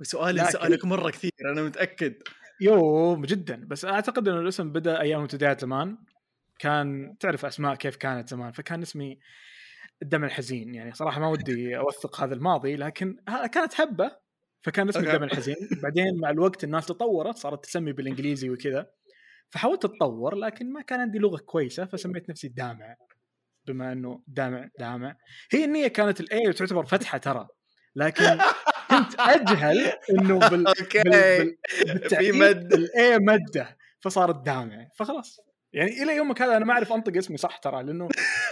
سؤالك مرة كثير أنا متأكد. يوم جدا، بس أعتقد أن الاسم بدأ أيام منتديات زمان. كان تعرف أسماء كيف كانت زمان، فكان اسمي الدم الحزين. يعني صراحة ما ودي أوثق هذا الماضي، لكن كانت حبة، فكان اسمي الدم الحزين. بعدين مع الوقت الناس تطورت، صارت تسمي بالإنجليزي وكذا، فحاولت أتطور لكن ما كان عندي لغة كويسة، فسميت نفسي دامع، بما أنه دامع. هي النية كانت الأي تعتبر فتحة ترى، لكن كنت أجهل إنه في مد الأي مدة، فصارت دامع، فخلاص. يعني إلى يومك هذا أنا ما أعرف أنطق اسمي صح ترى، لأنه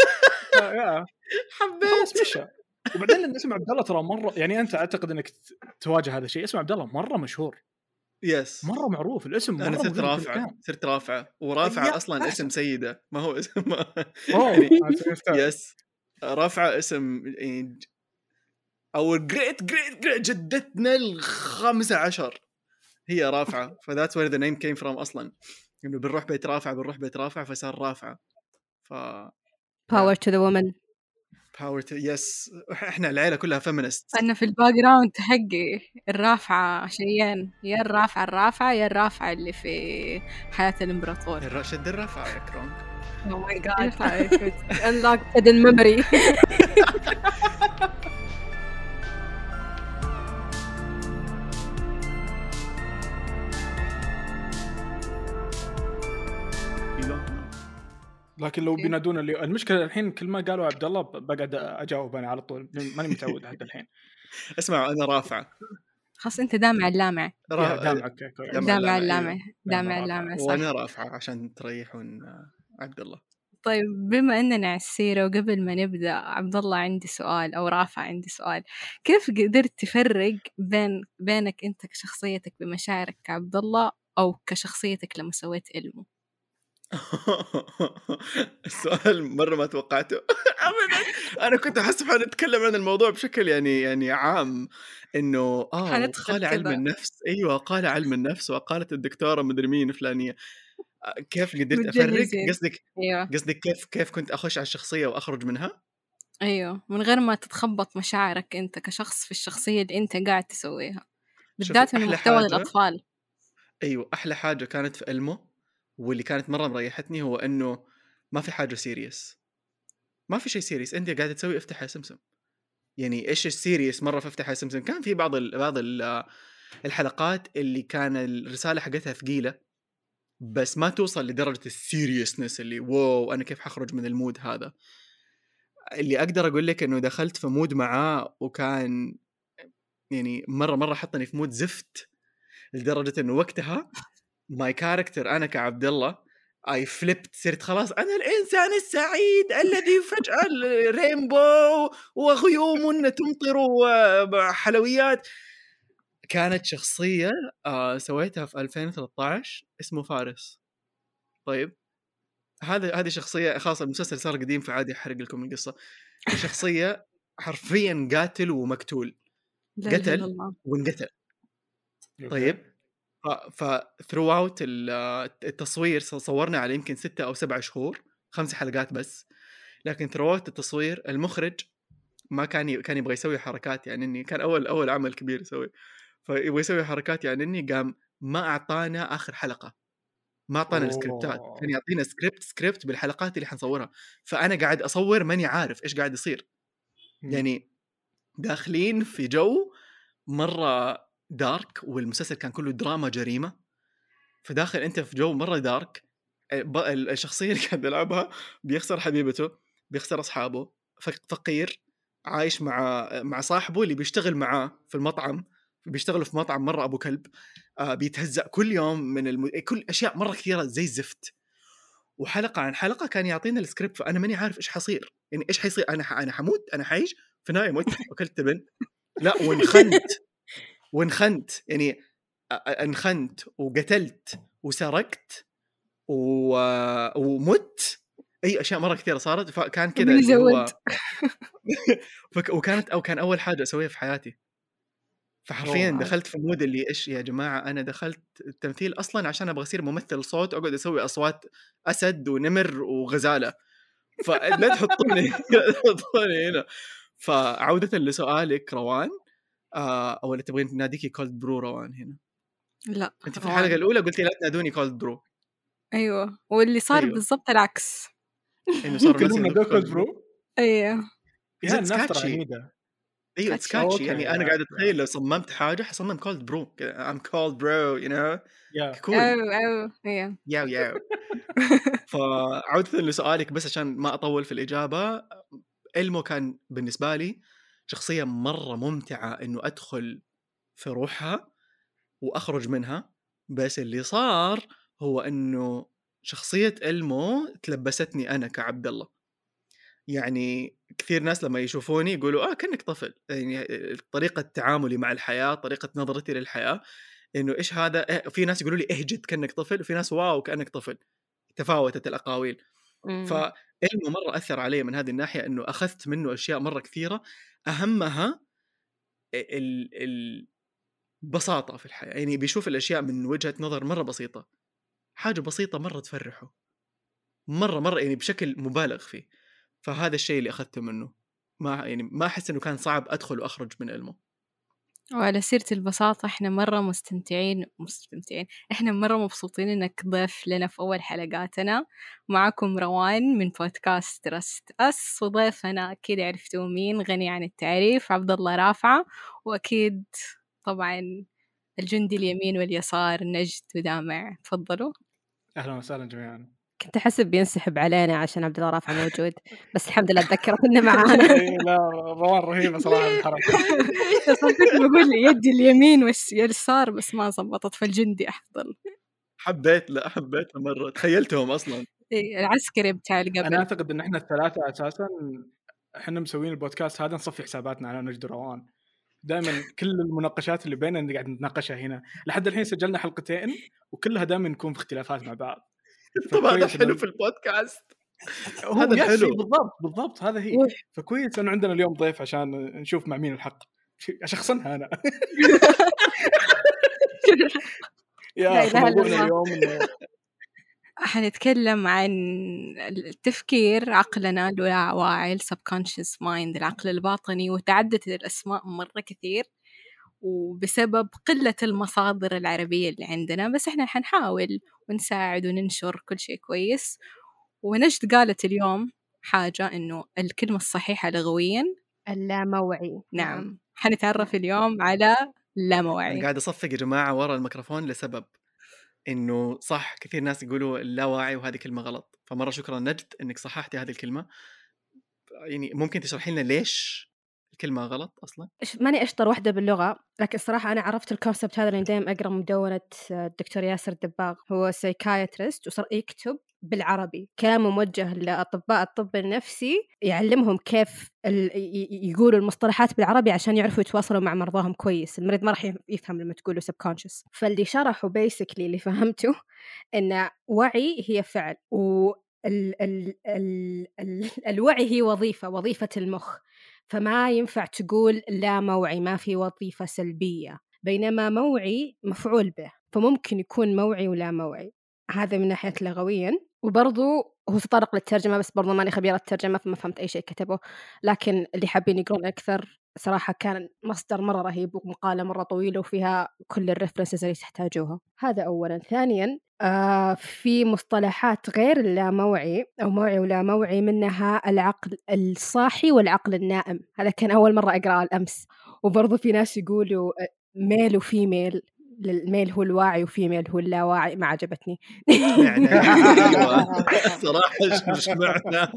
خلاص مشى. وبعدين لأن اسم عبد الله ترى مرة، يعني أنت أعتقد أنك تواجه هذا الشيء، اسم عبد الله مرة مشهور، يس مرة معروف الاسم، مرة أنا صرت رافعة ورافعة أصلاً اسم سيدة، ما هو اسم يعني يس رافعة اسم أو great جدتنا 15 هي رافعة. فذات's where the name came from أصلاً، إنه بنروح بيت رافعة فصار رافعة. power to the woman. power to yes. إحنا العائلة كلها feminists. أنا في الباك جراوند حقي الرافعة شيئين، يا الرافعة يا الرافعة اللي في حياة الإمبراطور. شد الرافعة يا كرونك. Oh my god. Unlocked hidden memory. لكن لو بينادون اللي المشكلة الحين كل ما قالوا عبد الله بقعد أجاوب أنا على طول، ماني متعود حتى الحين. اسمعوا أنا رافعة. خلاص أنت دامع اللامع. دامع اللامع وأنا رافعة عشان تريحون عبد الله. طيب بما أننا على السيرة، وقبل ما نبدأ عبد الله عندي سؤال، أو رافع عندي سؤال. كيف قدرت تفرق بينك أنت كشخصيتك بمشاعرك كعبد الله، أو كشخصيتك لما سويت إلمو؟ السؤال مرة ما توقعته أبدا. أنا كنت أحسب نتكلم عن الموضوع بشكل يعني عام، إنه قال علم النفس. أيوة قال علم النفس، وقالت الدكتورة مدري مين فلانية. كيف قدرت أفرق؟ قصدك كيف كنت أخش على الشخصية وأخرج منها؟ أيوة، من غير ما تتخبط مشاعرك أنت كشخص في الشخصية اللي أنت قاعد تسويها، بالذات من محتوى الأطفال. أيوة أحلى حاجة كانت في إلمو، واللي كانت مرة مريحتني، هو أنه ما في حاجة سيريس، ما في شيء سيريس. أنت قاعدة تسوي افتح يا سمسم. يعني إيش السيريس مرة في افتح يا سمسم؟ كان في بعض الحلقات اللي كان الرسالة حقتها ثقيلة، بس ما توصل لدرجة السيريسنس اللي واو أنا كيف حخرج من المود هذا. اللي أقدر أقول لك أنه دخلت في مود معاه، وكان يعني مرة حطني في مود زفت، لدرجة أنه وقتها ماي كاركتر أنا كعبد الله I flipped، صرت خلاص أنا الإنسان السعيد الذي فجأة رينبو وغيوم تمطر وحلويات. كانت شخصية سويتها في 2013 اسمه فارس. طيب هذه شخصية خاصة، المسلسل صار قديم فعادي أحرق لكم القصة. شخصية حرفيا قاتل ومقتول، قتل وانقتل. طيب throughout التصوير صورنا على يمكن 6 أو 7 شهور، 5 حلقات بس، لكن throughout التصوير المخرج ما كان يبغى يسوي حركات، يعني إني كان أول عمل كبير يسوي، فيبغى يسوي حركات، يعني إني قام ما أعطانا آخر حلقة، ما أعطانا السكريبتات، كان يعطينا سكريبت بالحلقات اللي حنصورها. فأنا قاعد أصور ماني عارف إيش قاعد يصير، يعني داخلين في جو مرة دارك، والمسلسل كان كله دراما جريمة، فداخل أنت في جو مرة دارك. الشخصية اللي كان يلعبها بيخسر حبيبته، بيخسر أصحابه، فقير عايش مع صاحبه اللي بيشتغل معاه في المطعم، بيشتغلوا في مطعم مرة أبو كلب، بيتهزأ كل يوم من كل أشياء مرة كثيرة زي الزفت. وحلقة عن حلقة كان يعطينا السكريبت، فأنا ماني عارف إيش حصير، يعني إيش حيصير، أنا حموت، أنا حعيش في نهاية موت، وكلت بنت لا وانخنت يعني انخنت وقتلت وسرقت ومت، أي أشياء مرة كثيرة صارت. فكان كده اللي هو كان أول حاجة أسويها في حياتي. فحرفيا دخلت في مود اللي إيش يا جماعة، أنا دخلت التمثيل أصلا عشان أبغى أصير ممثل صوت، أقعد أسوي أصوات أسد ونمر وغزالة، فلا تحطوني هنا. فعودة لسؤالك روان، او اللي تبغين تناديكي كولد برو روان هنا؟ لا انت في الحلقه الاولى قلتي لا تنادوني كولد برو. ايوه، واللي صار أيوة. بالضبط العكس، انه صار الناس كلهم ينادوك كولد برو. ايوه يا الناس ترى عنيده. ايوه سكاتشي. يعني انا قاعد أوكي. اتخيل لو صممت حاجه حصمم كولد برو I'm cold bro you know يا كول أيوة ياو فعودة لسؤالك بس عشان ما أطول في الإجابة، إلمو كان بالنسبة لي شخصية مرة ممتعة إنه أدخل في روحها وأخرج منها. بس اللي صار هو إنه شخصية إلمو تلبستني أنا كعبد الله. يعني كثير ناس لما يشوفوني يقولوا كأنك طفل. يعني طريقة تعاملي مع الحياة، طريقة نظرتي للحياة، إنه إيش هذا. في ناس يقولوا لي اهجد كأنك طفل، وفي ناس واو كأنك طفل. تفاوتت الأقاويل. فإلمو مرة أثر علي من هذه الناحية، إنه أخذت منه أشياء مرة كثيرة، أهمها البساطة في الحياة. يعني بيشوف الأشياء من وجهة نظر مرة بسيطة، حاجة بسيطة مرة تفرحه مرة يعني بشكل مبالغ فيه. فهذا الشيء اللي أخذته منه. ما أحس إنه كان صعب أدخل وأخرج من إلمو. وعلى سيرة البساطة إحنا مرة مستمتعين، إحنا مرة مبسوطين إنك ضيف لنا في أول حلقاتنا. معكم روان من بودكاست ترست أس، وضيفنا أكيد عرفتوا مين، غني عن التعريف، عبد الله رافعة. وأكيد طبعا الجندي اليمين واليسار نجد ودامع. تفضلوا. اهلا وسهلا جميعا. كنت أحسب بينسحب علينا عشان عبد الله رافع موجود، بس الحمد لله تذكرت إنه معانا. لا روان رهيبة صراحة بالحركة. صرت بقول يدي اليمين واليسار بس ما زبطت، فالجندي أفضل. حبيتها مرة، تخيلتهم أصلا. العسكري بتاع اللي قبل. أنا أعتقد إن إحنا الثلاثة أساسا إحنا مسوين البودكاست هذا نصفي حساباتنا على نجد روان. دائما كل المناقشات اللي بيننا اللي قاعد نتناقشها هنا لحد الحين سجلنا حلقتين وكلها دائما نكون في اختلافات مع بعض. طبعا هذا حلو في البودكاست. هذا الحلو بالضبط هذا هي. فكويس انه عندنا اليوم ضيف عشان نشوف مع مين الحق. اشخصنها انا. يا موضوعنا اليوم حنتكلم عن التفكير، عقلنا اللاواعي، السبكونشس مايند، العقل الباطني، وتعددت الأسماء مرة كثير وبسبب قلة المصادر العربية اللي عندنا. بس إحنا حنحاول ونساعد وننشر كل شيء كويس. ونجد قالت اليوم حاجة إنه الكلمة الصحيحة لغويا اللاموعي. نعم. حنتعرف اليوم على اللاموعي. أنا قاعد أصفق يا جماعة ورا الميكروفون لسبب إنه صح كثير ناس يقولوا اللاواعي وهذه كلمة غلط. فمرة شكرا نجد إنك صححتي هذه الكلمة. يعني ممكن تشرحي لنا ليش الكلمة غلط أصلا؟ ماني أشطر واحدة باللغة، لكن الصراحة أنا عرفت الكونسبت هذا لأن دائما أقرأ مدونة الدكتور ياسر الدباغ، هو سايكايترست وصار يكتب بالعربي كلام موجه لأطباء الطب النفسي، يعلمهم كيف يقولوا المصطلحات بالعربي عشان يعرفوا يتواصلوا مع مرضاهم كويس. المريض ما راح يفهم لما تقولوا subconscious. فاللي شرحه بيسكلي اللي فهمته إن وعي هي فعل، الوعي هي وظيفة المخ. فما ينفع تقول لا موعي، ما في وظيفة سلبية، بينما موعي مفعول به، فممكن يكون موعي ولا موعي. هذا من ناحية لغويا. وبرضو هو تطرق للترجمة، بس برضو ماني خبيرة الترجمة فما فهمت أي شيء كتبه، لكن اللي حابين يقرون أكثر صراحة كان مصدر مرة رهيب ومقالة مرة طويلة وفيها كل الريفرنسز اللي تحتاجوها. هذا أولا. ثانيا في مصطلحات غير اللاموعي أو موعي ولا موعي، منها العقل الصاحي والعقل النائم. هذا كان أول مرة أقرأ الأمس. وبرضو في ناس يقولوا ميل وفيميل، الميل هو الواعي وفيميل هو اللاواعي. ما عجبتني صراحة مش معنى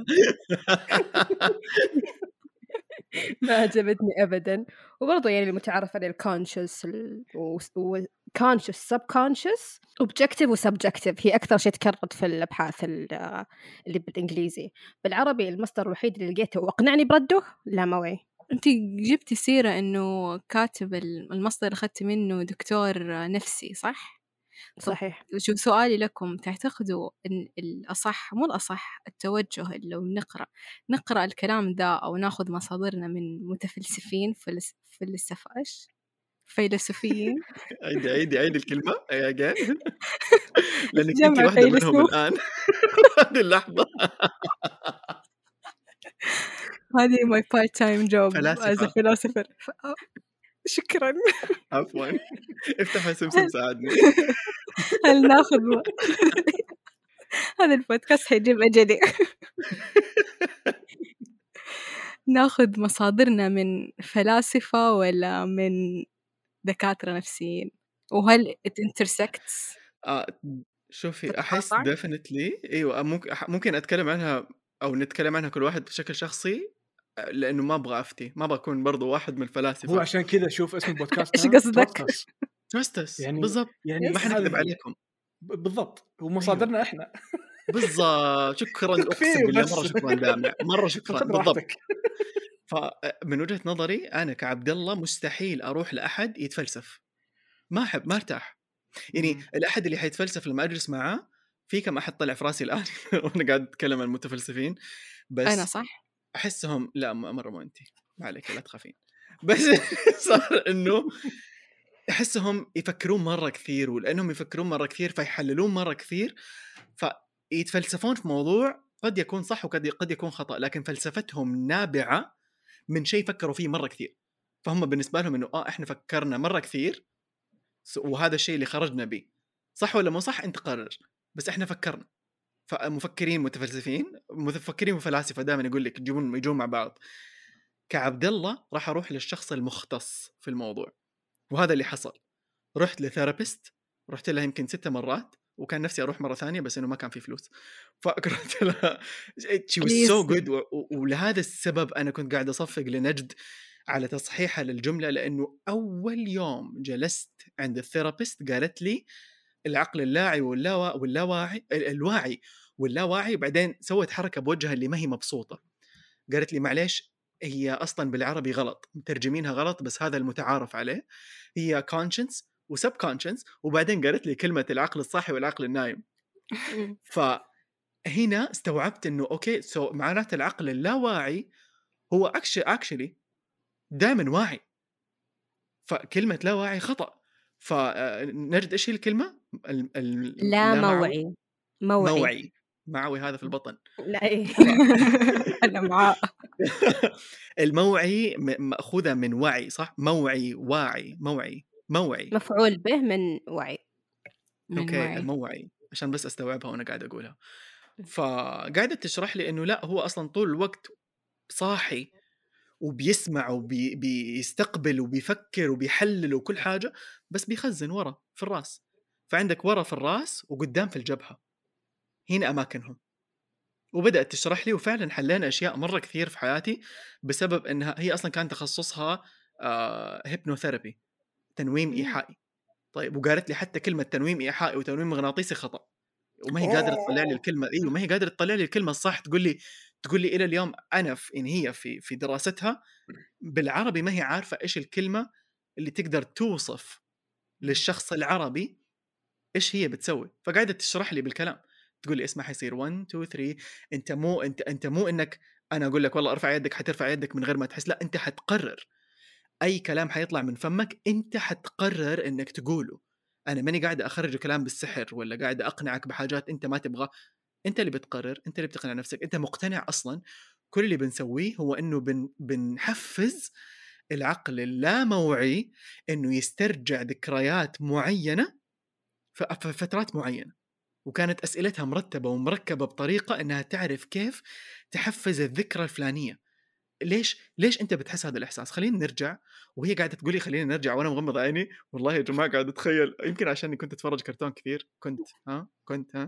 ما عجبتني أبدا. وبرضه يعني المتعارف عليه الكونشس وكونشس سبكونشس اوبجكتيف وسبجكتيف، هي أكثر شيء تكررت في الأبحاث اللي بالإنجليزي. بالعربي المصدر الوحيد اللي لقيته وأقنعني برده لا موعي. أنت جبتي سيرة إنه كاتب المصدر اللي أخذت منه دكتور نفسي صح؟ صحيح. شوف سؤالي لكم، تعتقدوا إن الأصح مو الأصح التوجه اللي لو نقرأ الكلام ده أو ناخذ مصادرنا من متفلسفين فيلسوفيين عيدي الكلمة again لأنك أنت واحدة منهم الآن هذه اللحظة. هذه my part time job as a philosopher. شكرا. عفوا. افتح سمسم ساعدني. هل ناخذ هذا البودكاست حيجيب أجلي. ناخذ مصادرنا من فلاسفة ولا من دكاترة نفسيين؟ وهل it intersects؟ شوفي أحس تتقاطع؟ definitely أيوة ممكن أتكلم عنها أو نتكلم عنها كل واحد بشكل شخصي لأنه ما أبغى أفتي ما بكون برضو واحد من هو الفلاسفة. عشان كذا شوف اسم البودكاست إيش قصدك؟ جاستس يعني بالضبط يعني ما حنكذب هذه عليكم بالضبط ومصادرنا احنا بالضبط. شكرا تكفي أقسم بالله بس. مرة شكرا دامع مرة شكرا خذ بالضبط. راحتك. فمن وجهة نظري أنا كعبد الله مستحيل أروح لأحد يتفلسف ما أحب ما أرتاح يعني الأحد اللي حيتفلسف لما أجلس معاه في كم أحد طلع في راسي الآن وأنا قاعد أتكلم عن المتفلسفين بس أنا صح؟ أحسهم لا مرة مو أنتي ما عليك لا تخافين بس صار إنه أحسهم يفكرون مرة كثير ولأنهم يفكرون مرة كثير فيحللون مرة كثير فيتفلسفون في موضوع قد يكون صح وقد يكون خطأ لكن فلسفتهم نابعة من شيء فكروا فيه مرة كثير فهم بالنسبة لهم إنه إحنا فكرنا مرة كثير وهذا الشيء اللي خرجنا به صح ولا مو صح أنت قرر بس إحنا فكرنا. فمفكرين مفكرين وفلاسفة دائما يقول لك يجون مع بعض. كعبد الله راح أروح للشخص المختص في الموضوع وهذا اللي حصل. رحت لثيرابيست رحت لها يمكن 6 مرات وكان نفسي أروح مرة ثانية بس إنه ما كان في فلوس فقررت لها she was so good ولهذا السبب أنا كنت قاعد أصفق لنجد على تصحيحها للجملة لأنه أول يوم جلست عند الثيرابيست قالت لي العقل اللاعي واللاواعي الواعي واللاواعي بعدين سوت حركة بوجهها اللي ما هي مبسوطة قالت لي معليش هي أصلا بالعربي غلط مترجمينها غلط بس هذا المتعارف عليه هي conscience وسبكونشنس وبعدين قالت لي كلمة العقل الصاحي والعقل النايم. فهنا استوعبت إنه أوكي معناته العقل اللاواعي هو actually دائما واعي فكلمة لا واعي خطأ. فنجد إيش هي الكلمة؟ لا موعي معوي هذا في البطن. لا إيه. الأمعاء. الموعي مأخوذة من وعي صح؟ موعي مفعول به من وعي. أوكي الموعي عشان بس أستوعبها وأنا قاعد أقولها. فقاعدة تشرح لي إنه لا هو أصلا طول الوقت صاحي وبيسمع وبيستقبل وبيفكر وبيحلل وكل حاجة بس بيخزن ورا في الراس. فعندك ورا في الراس وقدام في الجبهة هنا أماكنهم. وبدأت تشرح لي وفعلا حلينا أشياء مرة كثير في حياتي بسبب أنها هي أصلا كان تخصصها هيبنوثيرابي تنويم إيحائي. طيب وقالت لي حتى كلمة تنويم إيحائي وتنويم مغناطيسي خطأ وما هي قادرة تطلع لي الكلمة ما هي قادرة تطلع لي الكلمة الصح. تقول لي إلى اليوم أنا هي في دراستها بالعربي ما هي عارفة إيش الكلمة اللي تقدر توصف للشخص العربي إيش هي بتسوي. فقاعدة تشرح لي بالكلام تقول لي اسمع حيصير 1 2 3 أنت مو إنك أنا أقول لك والله أرفع يدك حترفع يدك من غير ما تحس. لا أنت حتقرر أي كلام حيطلع من فمك أنت حتقرر إنك تقوله. أنا ماني قاعد أخرج كلام بالسحر ولا قاعد أقنعك بحاجات أنت ما تبغى. أنت اللي بتقرر أنت اللي بتقنع نفسك أنت مقتنع أصلا. كل اللي بنسويه هو إنه بنحفز العقل اللاموعي إنه يسترجع ذكريات معينة في فترات معينة وكانت أسئلتها مرتبة ومركبة بطريقة إنها تعرف كيف تحفز الذكرى الفلانية. ليش أنت بتحس هذا الإحساس؟ خلينا نرجع. وهي قاعدة تقولي خلينا نرجع وأنا مغمض عيني. والله يا جماعة قاعد أتخيل يمكن عشاني كنت أتفرج كرتون كثير كنت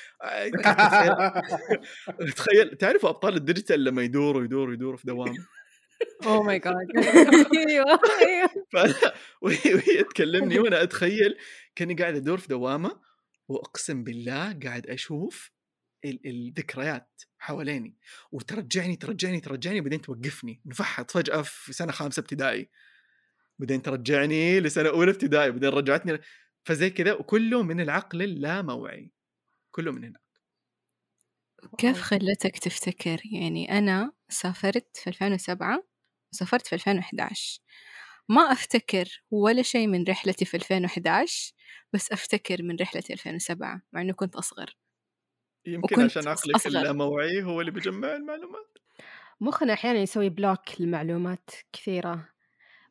تخيل تعرفوا أبطال الديجيتال لما يدوروا في دوام. Oh my god. أيوة. وهي تكلمني وأنا أتخيل كأني قاعد أدور في دوامة وأقسم بالله قاعد أشوف الذكريات حواليني وترجعني بعدين توقفني نفحت فجأة في سنة 5 ابتدائي بعدين ترجعني لسنة أولى ابتدائي بعدين رجعتني فزي كذا وكله من العقل اللاموعي كله من هناك. كيف خلتك تفتكر؟ يعني أنا سافرت في 2007 وسافرت في 2011 ما أفتكر ولا شيء من رحلتي في 2011 بس أفتكر من رحلتي 2007 مع أنه كنت أصغر. يمكن عشان عقلك اللاموعي هو اللي بيجمع المعلومات. مخنا أحيانا يسوي بلوك لمعلومات كثيرة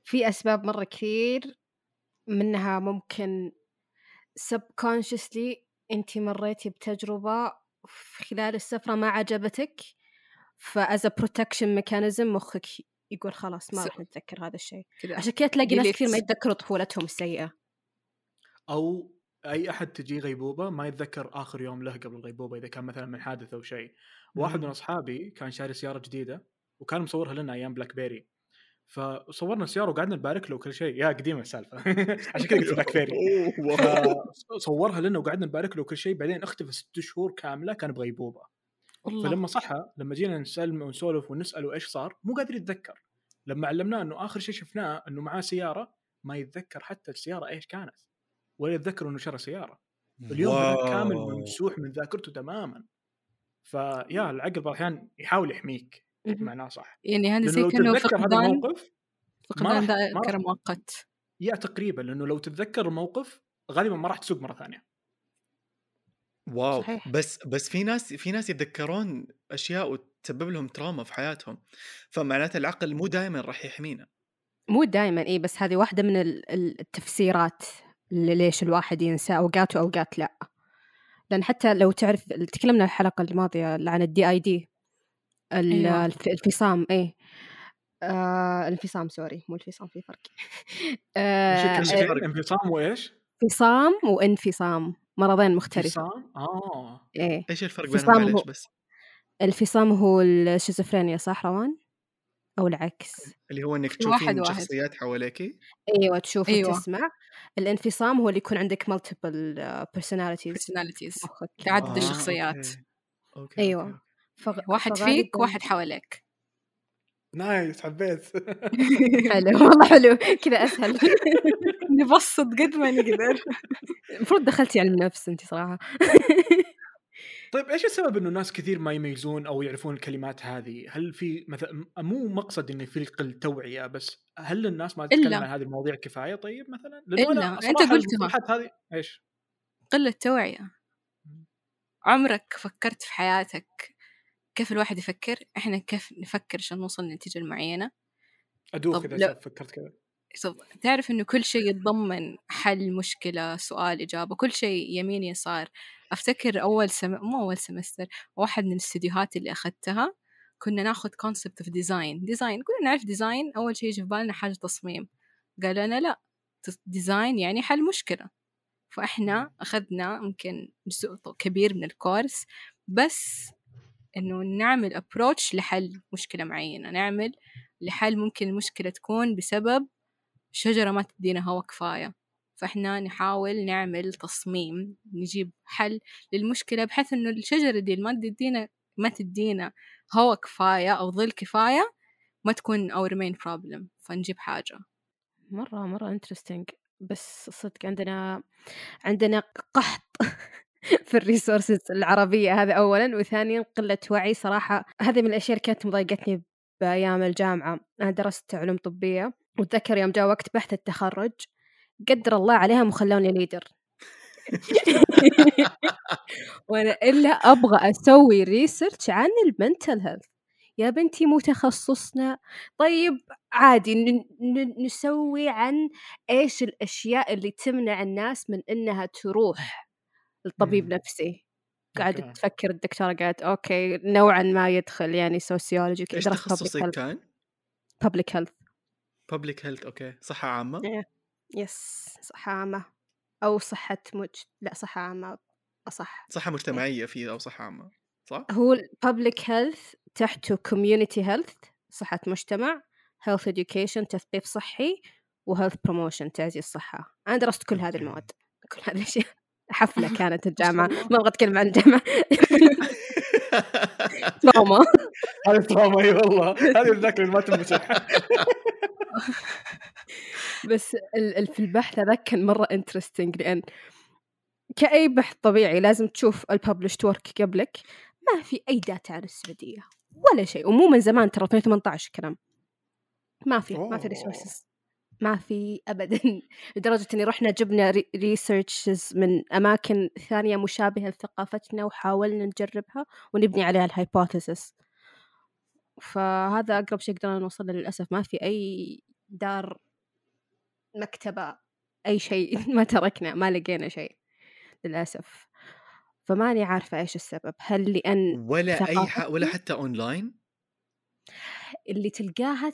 في أسباب مرة كثير، منها ممكن subconsciously أنتي مريتي بتجربة في خلال السفرة ما عجبتك، فas a protection mechanism مخك يقول خلاص ما راح نتذكر هذا الشيء. عشان كده تلاقي ناس كثير ما يتذكروا طفولتهم السيئة. او اي احد تجي غيبوبه ما يتذكر اخر يوم له قبل الغيبوبه اذا كان مثلا من حادث او شيء. واحد من اصحابي كان شاري سياره جديده وكان مصورها لنا ايام بلاك بيري، فصورنا السياره وقعدنا نبارك له وكل شيء. يا قديمه السالفه عشان كذا قلت بلاك بيري. فصورها لنا وقعدنا نبارك له وكل شيء، بعدين اختفى 6 شهور كامله كان بغيبوبه. فلما صحى لما جينا نسلم ونسولف ونساله ايش صار مو قادر يتذكر. لما علمناه انه اخر شيء شفناه انه معاه سياره ما يتذكر حتى السياره ايش كانت ولا يتذكر انه شرى سياره. اليوم هذا كامل ممسوح من ذاكرته تماما. فيا العقل بعض الاحيان يحاول يحميك معناه صح. يعني هذا زي كأنه فقدان ذاكرة مؤقت. يا تقريبا لانه لو تتذكر الموقف غالبا ما راح تسوق مره ثانيه. واو صحيح. بس في ناس يتذكرون اشياء وتسبب لهم تراما في حياتهم، فمعناته العقل مو دائما راح يحمينا. مو دائما ايه، بس هذه واحده من التفسيرات اللي ليش الواحد ينسى اوقات واوقات لا. لان حتى لو تعرف تكلمنا الحلقه الماضيه عن الدي اي دي الانفصام. ايه الانفصام سوري مو الانفصام، في فرق. انفصام وايش؟ انفصام وانفصام مرضين مختلفين. ايه ايش الفرق بينهم معلش بس؟ الانفصام هو الشيزوفرينيا صح روان؟ أو العكس اللي هو إنك تشوفين شخصيات حواليكي. أيوة تشوف وتسمع. الانفصام هو اللي يكون عندك multiple personalities تعدد الشخصيات. أوكي. أيوة واحد فيك واحد حواليك. نايس حبيت. حلو والله حلو كذا أسهل. نبسط قد ما نقدر. المفروض دخلتي علم نفس أنت صراحة. طيب إيش السبب إنه ناس كثير ما يميزون أو يعرفون الكلمات هذه؟ هل في مثلا مو مقصد إنه في قل توعية، بس هل الناس ما تتكلم عن هذه المواضيع كفاية؟ طيب مثلا إلا أنت قلتها هذه إيش؟ قلة توعية. عمرك فكرت في حياتك كيف الواحد يفكر؟ إحنا كيف نفكر عشان نوصل لنتيجة معينة؟ أدوخ إذا فكرت كذا. تعرف إنه كل شيء يتضمن حل مشكلة، سؤال، إجابة، كل شيء يمين يسار. أفتكر مو أول سمستر واحد من الاستديوهات اللي أخذتها كنا ناخد concept of design. كنا نعرف ديزاين، أول شيء يجي في بالنا حاجة تصميم. قال أنا لا، ديزاين يعني حل مشكلة. فإحنا أخذنا ممكن جزء كبير من الكورس بس إنه نعمل approach لحل مشكلة معينة، نعمل لحل ممكن المشكلة تكون بسبب شجرة ما تدينا هوا كفاية، فإحنا نحاول نعمل تصميم نجيب حل للمشكلة بحيث إنه الشجرة دي ما تدينا هوا كفاية أو ظل كفاية ما تكون our main problem، فنجيب حاجة. مرة interesting. بس صدق عندنا قحط في الريسورسز العربية، هذا أولا، وثانيا قلة وعي صراحة. هذه من الأشياء اللي كانت مضايقتني بأيام الجامعة. أنا درست علوم طبية، وتذكر يوم جاء وقت بحث التخرج قدر الله عليهم وخلوني ليدر. وأنا إلا أبغى أسوي ريسيرش عن المنتل هيلث. يا بنتي مو تخصصنا. طيب عادي نسوي عن إيش الأشياء اللي تمنع الناس من إنها تروح الطبيب نفسي. قاعدة تفكر الدكتورة قالت أوكي نوعا ما يدخل يعني سوسيولوجي. إيش تخصصك كان؟ public health. أوكي. صحة عامة؟ يس صحة عامة أو صحة لا صحة عامة أصح. صحة مجتمعية فيه أو صحة عامة صح؟ هو public health تحته community health صحة مجتمع، health education تثقيف صحي، وhealth promotion تعزيز الصحة. أنا درست كل هذه المواد، كل هذه الأشياء. حفلة كانت الجامعة، ما أبغى أتكلم عن الجامعة. تراما. هذه تراما أي والله، هذه الذاكرة اللي ما تنمسح. بس في البحث هذا كان مرة interesting، لأن كأي بحث طبيعي لازم تشوف الببلشت ورك قبلك. ما في أي داتا عن السعودية ولا شيء، ومو من زمان ترى 2018 كلام. ما في ريسورسز، ما في أبدا. لدرجة إني رحنا جبنا ريسيرشز من أماكن ثانية مشابهة لثقافتنا وحاولنا نجربها ونبني عليها الهايبوثيسس. فهذا أقرب شيء قدرنا نوصل للأسف. ما في أي دار مكتبة، أي شيء. ما تركنا، ما لقينا شيء للأسف. فماني عارفة إيش السبب. هل لأن ولا أي ولا ثقافتنا حتى أونلاين؟ اللي تلقاها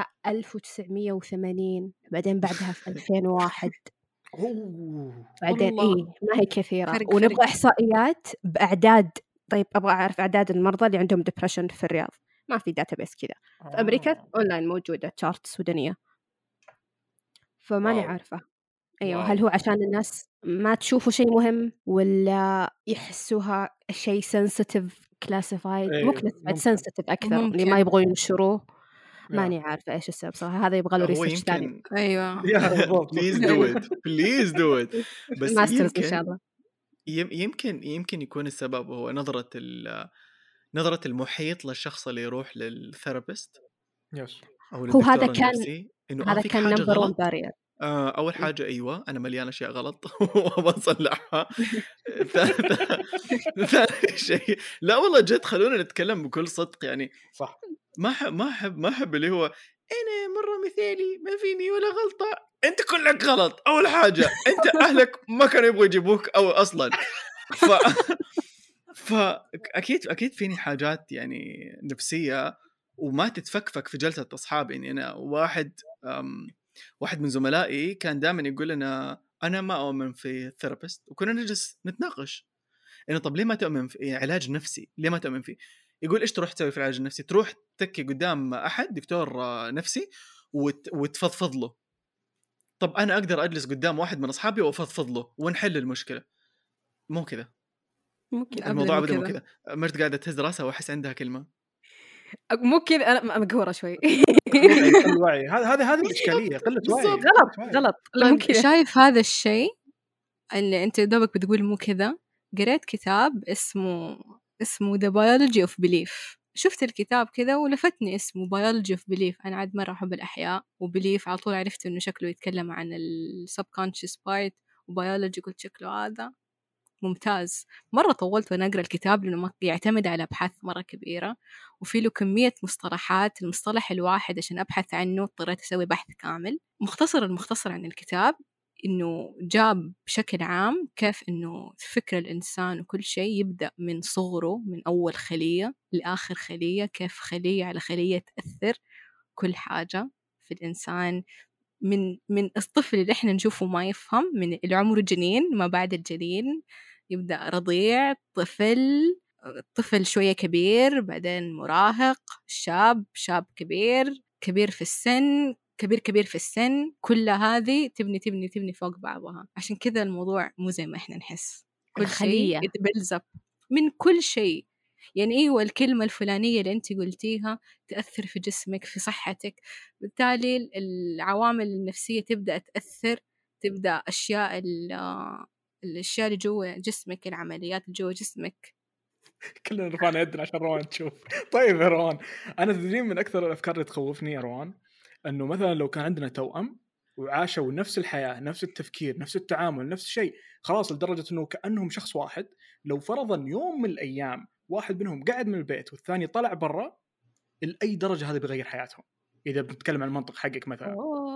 1980، بعدين بعدها في 2001، بعدين والله ما هي كثيرة. فرق ونبغى إحصائيات بأعداد. طيب أبغى أعرف أعداد المرضى اللي عندهم ديبرشن في الرياض. ما في داتابيس كذا. في أمريكا أونلاين موجودة تشارت سودانية. فماني واو عارفة. أيوة، هل واو هو عشان الناس ما تشوفوا شيء مهم، ولا يحسوها شيء sensitive classified، مو ايه classified ممكن sensitive أكثر، اللي ما ممكن. يبغوا ينشروه. يا ماني عارفة إيش السبب صراحة. هذا يبغى له هو ريسيرش ثاني. يمكن أيوة يا بالضبط please do it please do it. بس ماسترز إن شاء يمكن الله. يمكن يكون السبب هو نظرة المحيط للشخص اللي يروح للثيرابيست يس أو هو هذا للدكتور كان النفسي، إنه هذا فيك كان حاجة نمبر 1 غلط. بارير. أول حاجة أيوة أنا مليان أشياء غلط وبصلحها. ثاني شيء، لا والله جد خلونا نتكلم بكل صدق يعني. صح ما أحب اللي هو أنا مرة مثالي ما فيني ولا غلطة. أنت كلك غلط. أول حاجة أنت أهلك ما كانوا يبغوا يجيبوك أو أصلا. فأكيد فيني حاجات يعني نفسية وما تتفكفك في جلسة أصحاب. يعني أنا واحد من زملائي كان دائما يقول لنا أنا ما أؤمن في الثيرابيست، وكنا نجلس نتناقش إنه طب ليه ما تؤمن في علاج نفسي؟ ليه ما تؤمن فيه؟ يقول إيش تروح تسوي في العلاج النفسي؟ تروح تكي قدام أحد دكتور نفسي وتفضفض له. طب أنا أقدر أجلس قدام واحد من أصحابي وأفضفض له ونحل المشكلة. مو كذا ممكن الموضوع أبدا أبدا مو كذا. مرت قاعدة تهز راسها وأحس عندها كلمة. مو كذا. أنا مقهورة شوي. قل وعي. هذه الإشكالية، قلة وعي. غلط غلط. لا مو طيب كذا. شايف هذا الشيء اللي أنت دوبك بتقول مو كذا؟ قريت كتاب اسمه The Biology of Belief. شفت الكتاب كذا ولفتني اسمه Biology of Belief. أنا عاد مرة أحب الأحياء، وبليف على طول عرفت إنه شكله يتكلم عن subconscious part، وبيولوجي قلت شكله هذا ممتاز. مرة طولت وأنا أقرأ الكتاب لأنه يعتمد على أبحاث مرة كبيرة، وفي له كمية مصطلحات. المصطلح الواحد عشان أبحث عنه اضطريت أسوي بحث كامل. المختصر عن الكتاب إنه جاب بشكل عام كيف إنه فكر الإنسان وكل شيء يبدأ من صغره، من أول خلية لآخر خلية، كيف خلية على خلية تأثر كل حاجة في الإنسان. من الطفل اللي إحنا نشوفه ما يفهم، من العمر جنين، ما بعد الجنين، يبدأ رضيع، طفل شوية كبير، بعدين مراهق، شاب كبير في السن، كبير في السن. كل هذه تبني فوق بعضها. عشان كذا الموضوع مو زي ما إحنا نحس. كل شيء it builds up من كل شيء. يعني أيوة الكلمة الفلانية اللي أنت قلتيها تأثر في جسمك، في صحتك، بالتالي العوامل النفسية تبدأ تأثر، تبدأ الأشياء اللي جوا جسمك، العمليات اللي جوا جسمك. كلنا رفعنا يدنا عشان روان تشوف. طيب يا روان، أنا تدرين من أكثر الأفكار اللي تخوفني يا روان أنه مثلا لو كان عندنا توأم وعاشوا نفس الحياة، نفس التفكير، نفس التعامل، نفس الشيء، خلاص لدرجة أنه كأنهم شخص واحد، لو فرضا يوم من الأيام واحد منهم قاعد من البيت والثاني طلع برا، لأي درجة هذا بيغير حياتهم؟ إذا بنتكلم عن المنطق حقك مثلا.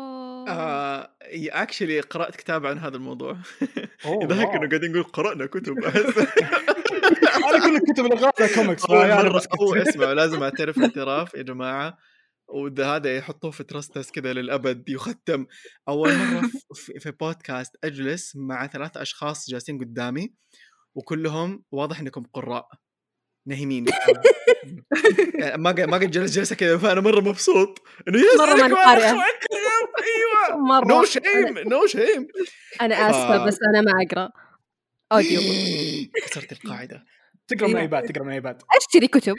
اكشلي قرأت كتاب عن هذا الموضوع. أوه، يضحك واو. انه قاعدين نقول قرأنا كتب. أنا كل الكتب اللي قرأتها كوميكس. اسمعوا، لازم اعترف اعتراف يا جماعة، وهذا يحطوه في ترستس كذا للأبد يختم. أول مرة في بودكاست أجلس مع 3 أشخاص جالسين قدامي وكلهم واضح إنكم قراء نهيمين. يعني ما قد جلسة كذا، فأنا مرة مبسوط إنه مرة ماني قارئة. أيوة مرة. نو شيم. أنا آسفة بس أنا ما أقرأ أوديو. كسرت القاعدة. تقرأ من ايباد. أشتري كتب.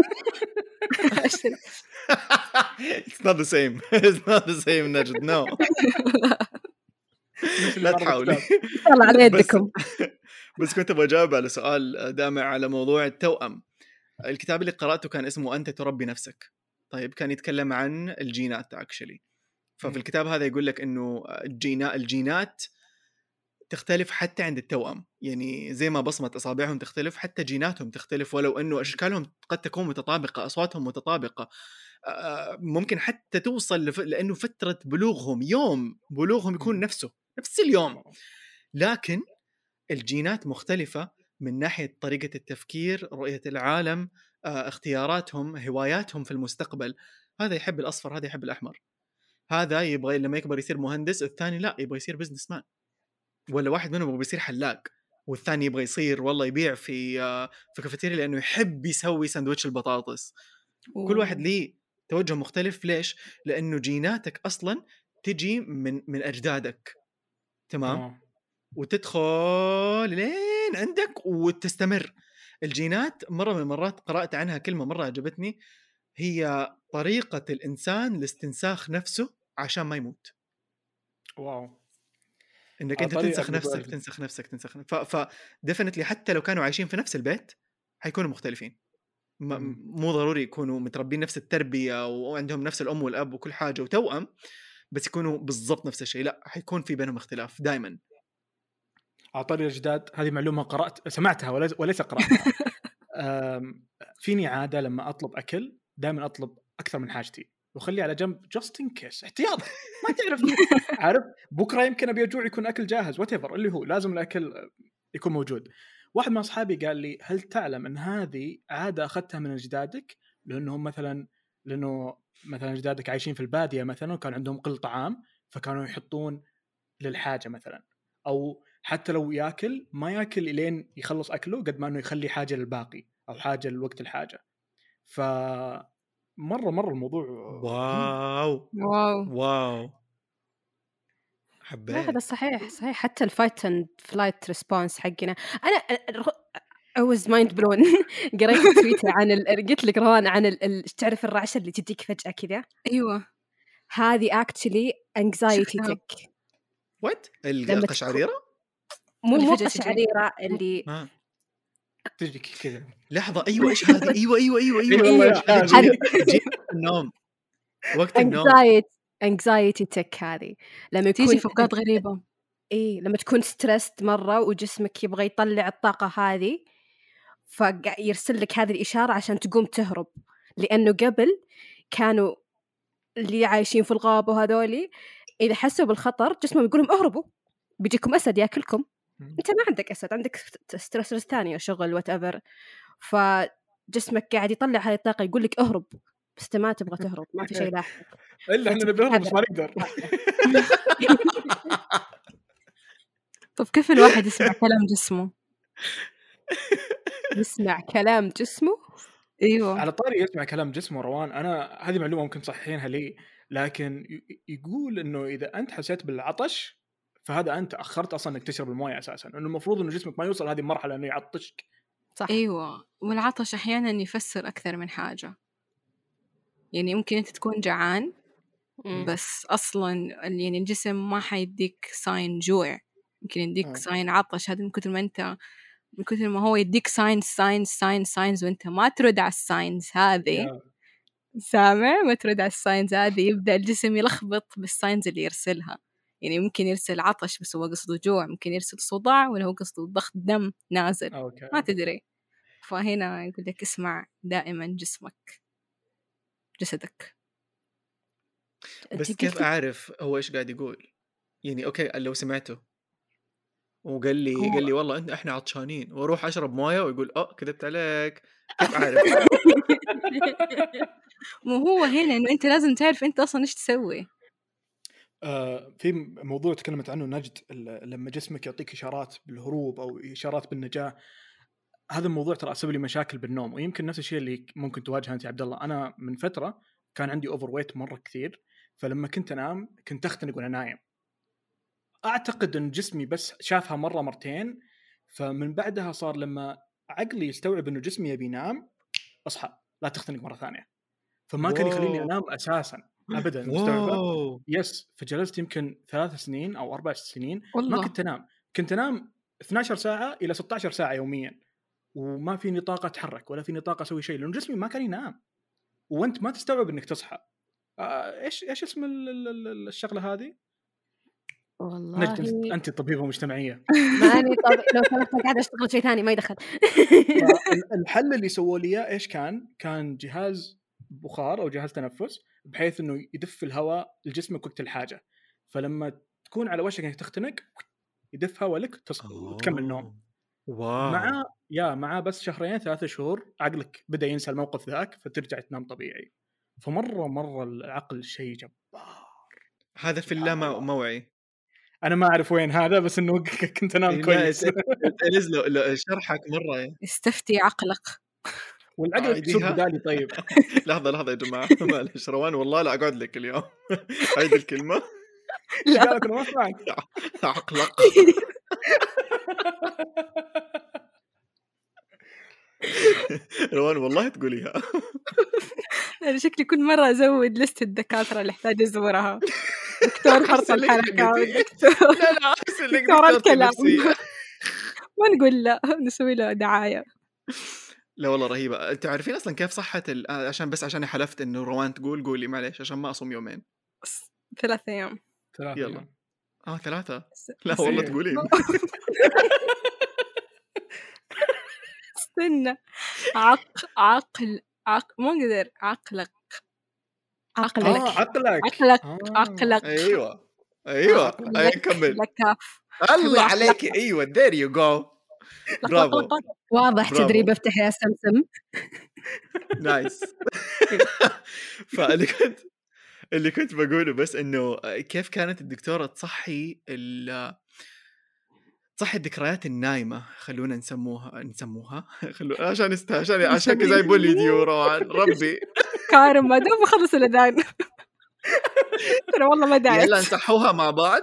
It's not the same نجد. no. لا تحاولي. الله على يدكم. بس كنت بجاوب على سؤال دامع على موضوع التوأم. الكتاب اللي قرأته كان اسمه أنت تربي نفسك. طيب كان يتكلم عن الجينات actually. ففي الكتاب هذا يقول لك إنه الجينات تختلف حتى عند التوأم. يعني زي ما بصمة أصابعهم تختلف، حتى جيناتهم تختلف، ولو أنه أشكالهم قد تكون متطابقة، أصواتهم متطابقة، ممكن حتى توصل لأنه فترة بلوغهم يوم بلوغهم يكون نفس اليوم، لكن الجينات مختلفة من ناحية طريقة التفكير، رؤية العالم، اختياراتهم، هواياتهم في المستقبل. هذا يحب الأصفر، هذا يحب الأحمر، هذا يبغى لما يكبر يصير مهندس، الثاني لا يبغى يصير بزنس مان، ولا واحد منهم يبغى يصير حلاق، والثاني يبغى يصير والله يبيع في كافيتيريا لأنه يحب يسوي ساندويتش البطاطس. كل واحد ليه توجه مختلف. ليش؟ لأنه جيناتك أصلا تجي من أجدادك، تمام؟ وتدخل لين عندك وتستمر. الجينات مرة من المرات قرأت عنها كلمة مرة عجبتني، هي طريقة الإنسان لاستنساخ نفسه عشان ما يموت. واو. إنك أنت تنسخ نفسك. فديفنتلي حتى لو كانوا عايشين في نفس البيت حيكونوا مختلفين. مو ضروري يكونوا متربين نفس التربية وعندهم نفس الأم والأب وكل حاجة وتوأم، بس يكونوا بالضبط نفس الشيء. لا، حيكون في بينهم اختلاف دائما. عطاري الأجداد، هذه معلومة سمعتها وليس قرأتها. فيني عادة لما أطلب أكل دائما أطلب أكثر من حاجتي وخليه على جنب just in case، احتياط، ما تعرف عارف بكرة يمكن أبي أجوع يكون أكل جاهز whatever اللي هو لازم الأكل يكون موجود. واحد من أصحابي قال لي هل تعلم أن هذه عادة أخذتها من أجدادك، لأنه مثلا أجدادك عايشين في البادية مثلا وكان عندهم قل طعام فكانوا يحطون للحاجة مثلا، أو حتى لو يأكل ما يأكل إلين يخلص أكله قد ما أنه يخلي حاجة للباقي أو حاجة لوقت الحاجة. مرة الموضوع واو حبيت. هذا صحيح حتى الفايت اند فلايت ريسبونس حقنا. أنا I was mind blown. قريت تويتر عن قلت لك روان عن تعرف الرعشة اللي تجيك فجأة كذا؟ أيوة، هذه actually anxiety tick. what القشعريرة؟ مو قشعريرة اللي تجيك كذا لحظة. أيوة إيش هذه؟ أيوة النوم، وقت النوم. anxiety tick هذه لما تيجي في أوقات غريبة. لما تكون ستريسد مرة وجسمك يبغى يطلع الطاقة هذه فيرسل لك هذه الإشارة عشان تقوم تهرب. لأنه قبل كانوا اللي عايشين في الغابة وهذولي إذا حسوا بالخطر جسمهم يقولهم اهربوا بيجيكم أسد يأكلكم. أنت ما عندك أسد، عندك ستريس ثانية، شغل whatever، فجسمك قاعد يطلع هذه الطاقة يقول لك اهرب، بس أنت ما تبغى تهرب، ما في شيء لاحق إلا إحنا نبي نهرب بس ما نقدر. طب كيف الواحد يسمع كلام جسمه؟ يسمع كلام جسمه؟ ايوه، على طاري يسمع كلام جسمه روان، انا هذه معلومه ممكن تصححينها لي، لكن يقول انه اذا انت حسيت بالعطش فهذا انت اخرت اصلا انك تشرب المويه اساسا، انه المفروض انه جسمك ما يوصل هذه المرحله انه يعطشك. صح. ايوه، والعطش احيانا يفسر اكثر من حاجه. يعني ممكن انت تكون جعان بس اصلا يعني الجسم ما حيديك ساين جوع، يمكن يديك ساين عطش. هذا من كثر ما هو يديك ساينز وانت ما ترد على الساينز هذه. سامع؟ ما ترد على الساينز هذه يبدأ الجسم يلخبط بالساينز اللي يرسلها. يعني ممكن يرسل عطش بس هو قصده جوع، ممكن يرسل صداع ولا هو قصده ضغط دم نازل. ما تدري. فهنا يقول لك اسمع دائما جسدك. بس كيف أعرف هو إيش قاعد يقول؟ يعني أوكي لو سمعته وقال لي والله احنا عطشانين واروح اشرب مويه ويقول كذبت عليك، كيف اعرف؟ مو هو هنا انه انت لازم تعرف انت اصلا ايش تسوي. في موضوع تكلمت عنه نجد، لما جسمك يعطيك اشارات بالهروب او اشارات بالنجاه، هذا الموضوع ترى سبب لي مشاكل بالنوم، ويمكن نفس الشيء اللي ممكن تواجهه انت يا عبد الله. انا من فتره كان عندي اوفر ويت مره كثير، فلما كنت انام كنت اختنق وانا نايم. أعتقد أن جسمي بس شافها مرة مرتين، فمن بعدها صار لما عقلي يستوعب أنه جسمي يبي ينام أصحى لا تختنق مرة ثانية، فما كان يخليني أنام أساساً أبداً. مستوعبة؟ يس. فجلست يمكن 3 سنين أو 4 سنين ما كنت أنام 12 ساعة إلى 16 ساعة يومياً، وما فيني طاقة أتحرك ولا فيني طاقة أسوي شيء لأن جسمي ما كان ينام، وأنت ما تستوعب أنك تصحى. إيش اسم الشغلة هذه؟ والله أنت طبيبة مجتمعية. ماني لو سمحت قاعدة أشتغل شيء ثاني ما يدخل. الحل اللي سووا لي إيش كان جهاز بخار او جهاز تنفس بحيث انه يدف الهواء لجسمك وقت الحاجه، فلما تكون على وشك انك تختنق يدف هواء لك وتكمل نوم. واو مع بس 2-3 شهور عقلك بدا ينسى الموقف ذاك فترجع تنام طبيعي. فمره العقل شيء جبار. هذا في اللاموعي. انا ما اعرف وين هذا بس انه كنت انام كويس. لو شرحك مره استفتي عقلك. والعقل يسوق بدالي. طيب لحظه يا جماعه معلش روان والله لا اقعد لك اليوم. هيدي الكلمه لا انا ما اسمعك. عقلق. روان والله تقوليها. أنا شكلي كل مرة أزود لست الدكاترة اللي أحتاج أزورها. دكتور حرص الحركة ودكتور لا دكتور الكلام. ما نقول لا، نسوي له دعاية. لا والله رهيبة. انت عارفين اصلا كيف صحة عشان حلفت انه روان قولي معليش عشان ما اصوم يومين 3 أيام. يلا 3 لا والله تقولين. استنى. عقل ما قدر. عقلك. ايوه كمل. لكاف الله عليك. ايوه there you go. برافو واضح تدريب افتح يا سمسم. نايس. اللي كنت بقوله بس انه كيف كانت الدكتورة تصحي الذكريات النايمة. خلونا نسموها عشان كذا يبون لي ديورو عن ربي. كارم ما دوب خلص الأذان. ترى والله ما داعي. يلا نصحوها مع بعض.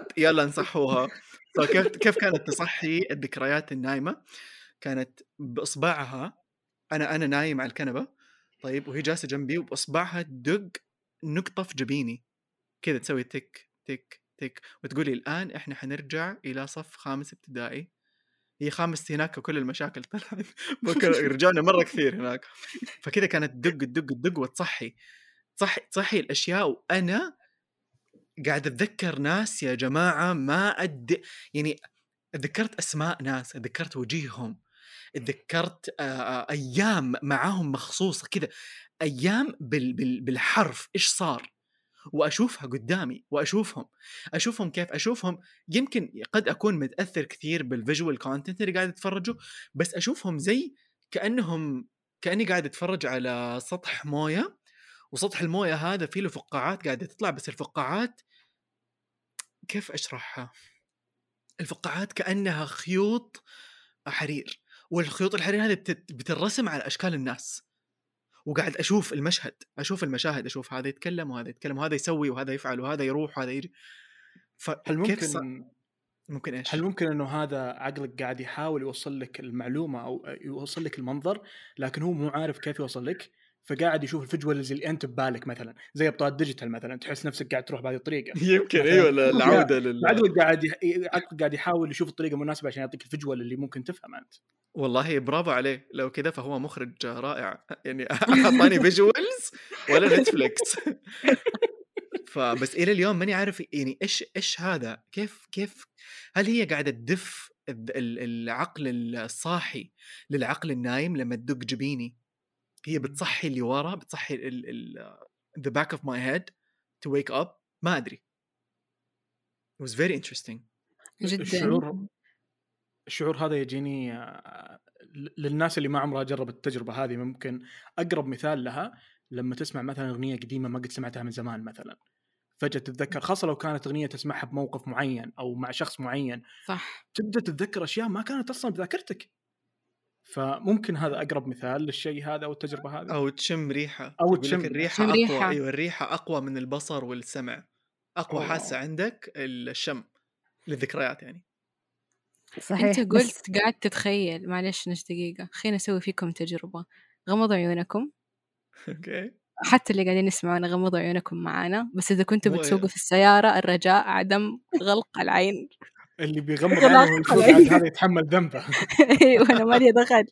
كيف كانت تصحي الذكريات النايمة؟ كانت بإصبعها. أنا نايم على الكنبة طيب وهي جالسة جنبي وبإصبعها تدق نقطة في جبيني كذا تسوي تك تك تك وتقولي الآن إحنا حنرجع إلى صف 5 ابتدائي. هي 5 هناك وكل المشاكل طلعت. رجعنا مرة كثير هناك. فكذا كانت تدق وتصحي الأشياء. وأنا قاعد أتذكر ناس يا جماعة ما يعني اتذكرت أسماء ناس، اتذكرت وجيههم، اتذكرت أيام معاهم مخصوصة كذا، أيام بالحرف إيش صار، وأشوفها قدامي أشوفهم كيف أشوفهم. يمكن قد أكون متأثر كثير بالفيجوال كونتنت اللي قاعد أتفرجه، بس أشوفهم زي كأني قاعد أتفرج على سطح موية، وسطح الموية هذا فيه له فقاعات قاعدة تطلع، بس الفقاعات كيف أشرحها؟ الفقاعات كأنها خيوط حرير، والخيوط الحرير هذه بترسم على أشكال الناس، وقاعد أشوف المشاهد، أشوف هذا يتكلم وهذا يتكلم وهذا يسوي وهذا يفعل وهذا يروح وهذا يجي. هل ممكن إيش؟ هل ممكن إنه هذا عقلك قاعد يحاول يوصل لك المعلومة أو يوصل لك المنظر، لكن هو مو عارف كيف يوصل لك، فقاعد يشوف الفيجوالز اللي أنت ببالك، مثلا زي أبطال الديجيتال مثلا، تحس نفسك قاعد تروح بهذه الطريقة. يمكن أيوة العودة عقلك قاعد يحاول يشوف الطريقة المناسبة عشان يعطيك الفيجوال اللي ممكن تفهم أنت. والله برافو عليه، لو كذا فهو مخرج رائع يعني. أعطاني فيجوالز ولا نتفليكس. فبس إلى اليوم ماني عارف يعني إيش هذا، كيف هل هي قاعدة تدف العقل الصاحي للعقل النايم لما تدق جبيني؟ هي بتصحي اللي ورا، بتصحي the back of my head to wake up. ما أدري. It was very interesting. جدا. الشعور هذا يجيني للناس اللي ما عمرها جربت التجربة هذه. ممكن أقرب مثال لها لما تسمع مثلا أغنية قديمة ما قد سمعتها من زمان مثلا، فجأة تتذكر، خاصة لو كانت أغنية تسمعها بموقف معين أو مع شخص معين، صح، تبدأ تتذكر أشياء ما كانت أصلا بذاكرتك. فممكن هذا أقرب مثال للشيء هذا أو التجربة هذه. أو تشم ريحة، أو تشم الريحة تشم أقوى ريحة. أيوة الريحة أقوى من البصر والسمع، أقوى حاسة عندك الشم للذكريات يعني. صحيح. أنت قلت قاعد تتخيل، معلش نش دقيقة، خلينا نسوي فيكم تجربة. غمضوا عيونكم. أوكي. حتى اللي قاعدين يسمعونا غمضوا عيونكم معانا، بس إذا كنتوا بتسوقوا في السيارة الرجاء عدم غلق العين. اللي بيغمض عينه هذا يتحمل ذنبه. أيوة أنا مالي دخل.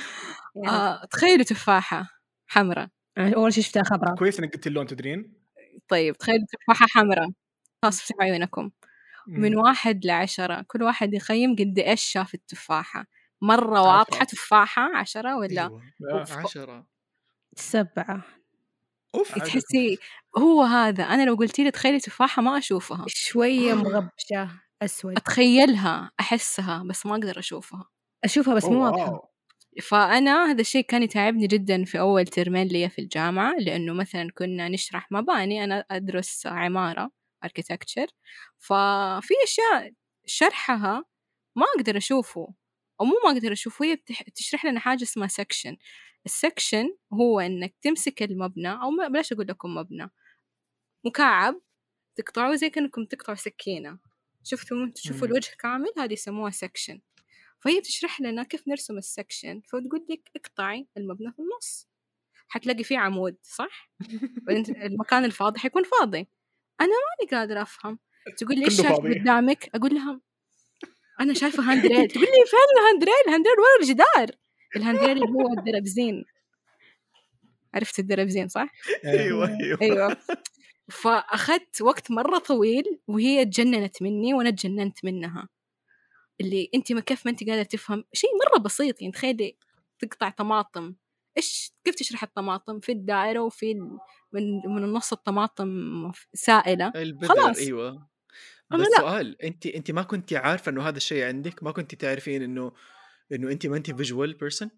تخيلوا تفاحة حمراء. أول شيء شفتها خضراء. كويس إنك قلت اللون تدرين. طيب تخيلوا تفاحة حمراء، خلاص افتحوا عيونكم. من 1 ل10 كل واحد يخيم قد إيش شاف التفاحة. مرة واضحة تفاحة 10 ولا؟ أيوة. 10. 7. اوف تحسي هو هذا. أنا لو قلتي لي تخيلي تفاحة ما أشوفها، شوية مغبشة أسود، أتخيلها أحسها بس ما أقدر أشوفها. أشوفها بس مو واضحة. واو. فأنا هذا الشيء كان يتعبني جدا في أول ترمين لي في الجامعة، لأنه مثلا كنا نشرح مباني، أنا أدرس عمارة architecture، ففي أشياء شرحها ما أقدر أشوفه، أو مو ما أقدر أشوفه، هي تشرح لنا حاجة اسمها سكشن. السكشن هو إنك تمسك المبنى، أو بلاش أقول لكم مبنى، مكعب تقطعوه زي كأنكم تقطعوا سكينة، شفتوا تشوفوا الوجه كامل، هذه يسموها سكشن. فهي بتشرح لنا كيف نرسم السكشن، فتقول لك اقطعي المبنى في النص، حتلاقي فيه عمود صح؟ المكان الفاضي حيكون فاضي. أنا ماني قادرة أفهم. تقول لي إيش كله شايفة فاضي. قدامك؟ أقول لها أنا شايفة هاندريل. تقول لي فين الهاندريل؟ الهاندريل ورا الجدار. الهاندريل اللي هو الدرابزين، عرفت الدرابزين صح؟ أيوة. فأخذت وقت مرة طويل، وهي تجننت مني وأنا تجننت منها. اللي أنت ما كيف ما أنت قادرة تفهم شيء مرة بسيط، يعني تخيلي تقطع طماطم، إيش كيف تشرح الطماطم في الدائرة، وفي من النص الطماطم سائلة خلاص. ايوه. أنا بس لا سؤال، انت ما كنتي عارفه انه هذا الشيء عندك؟ ما كنتي تعرفين انه انت ما انت فيجوال بيرسون؟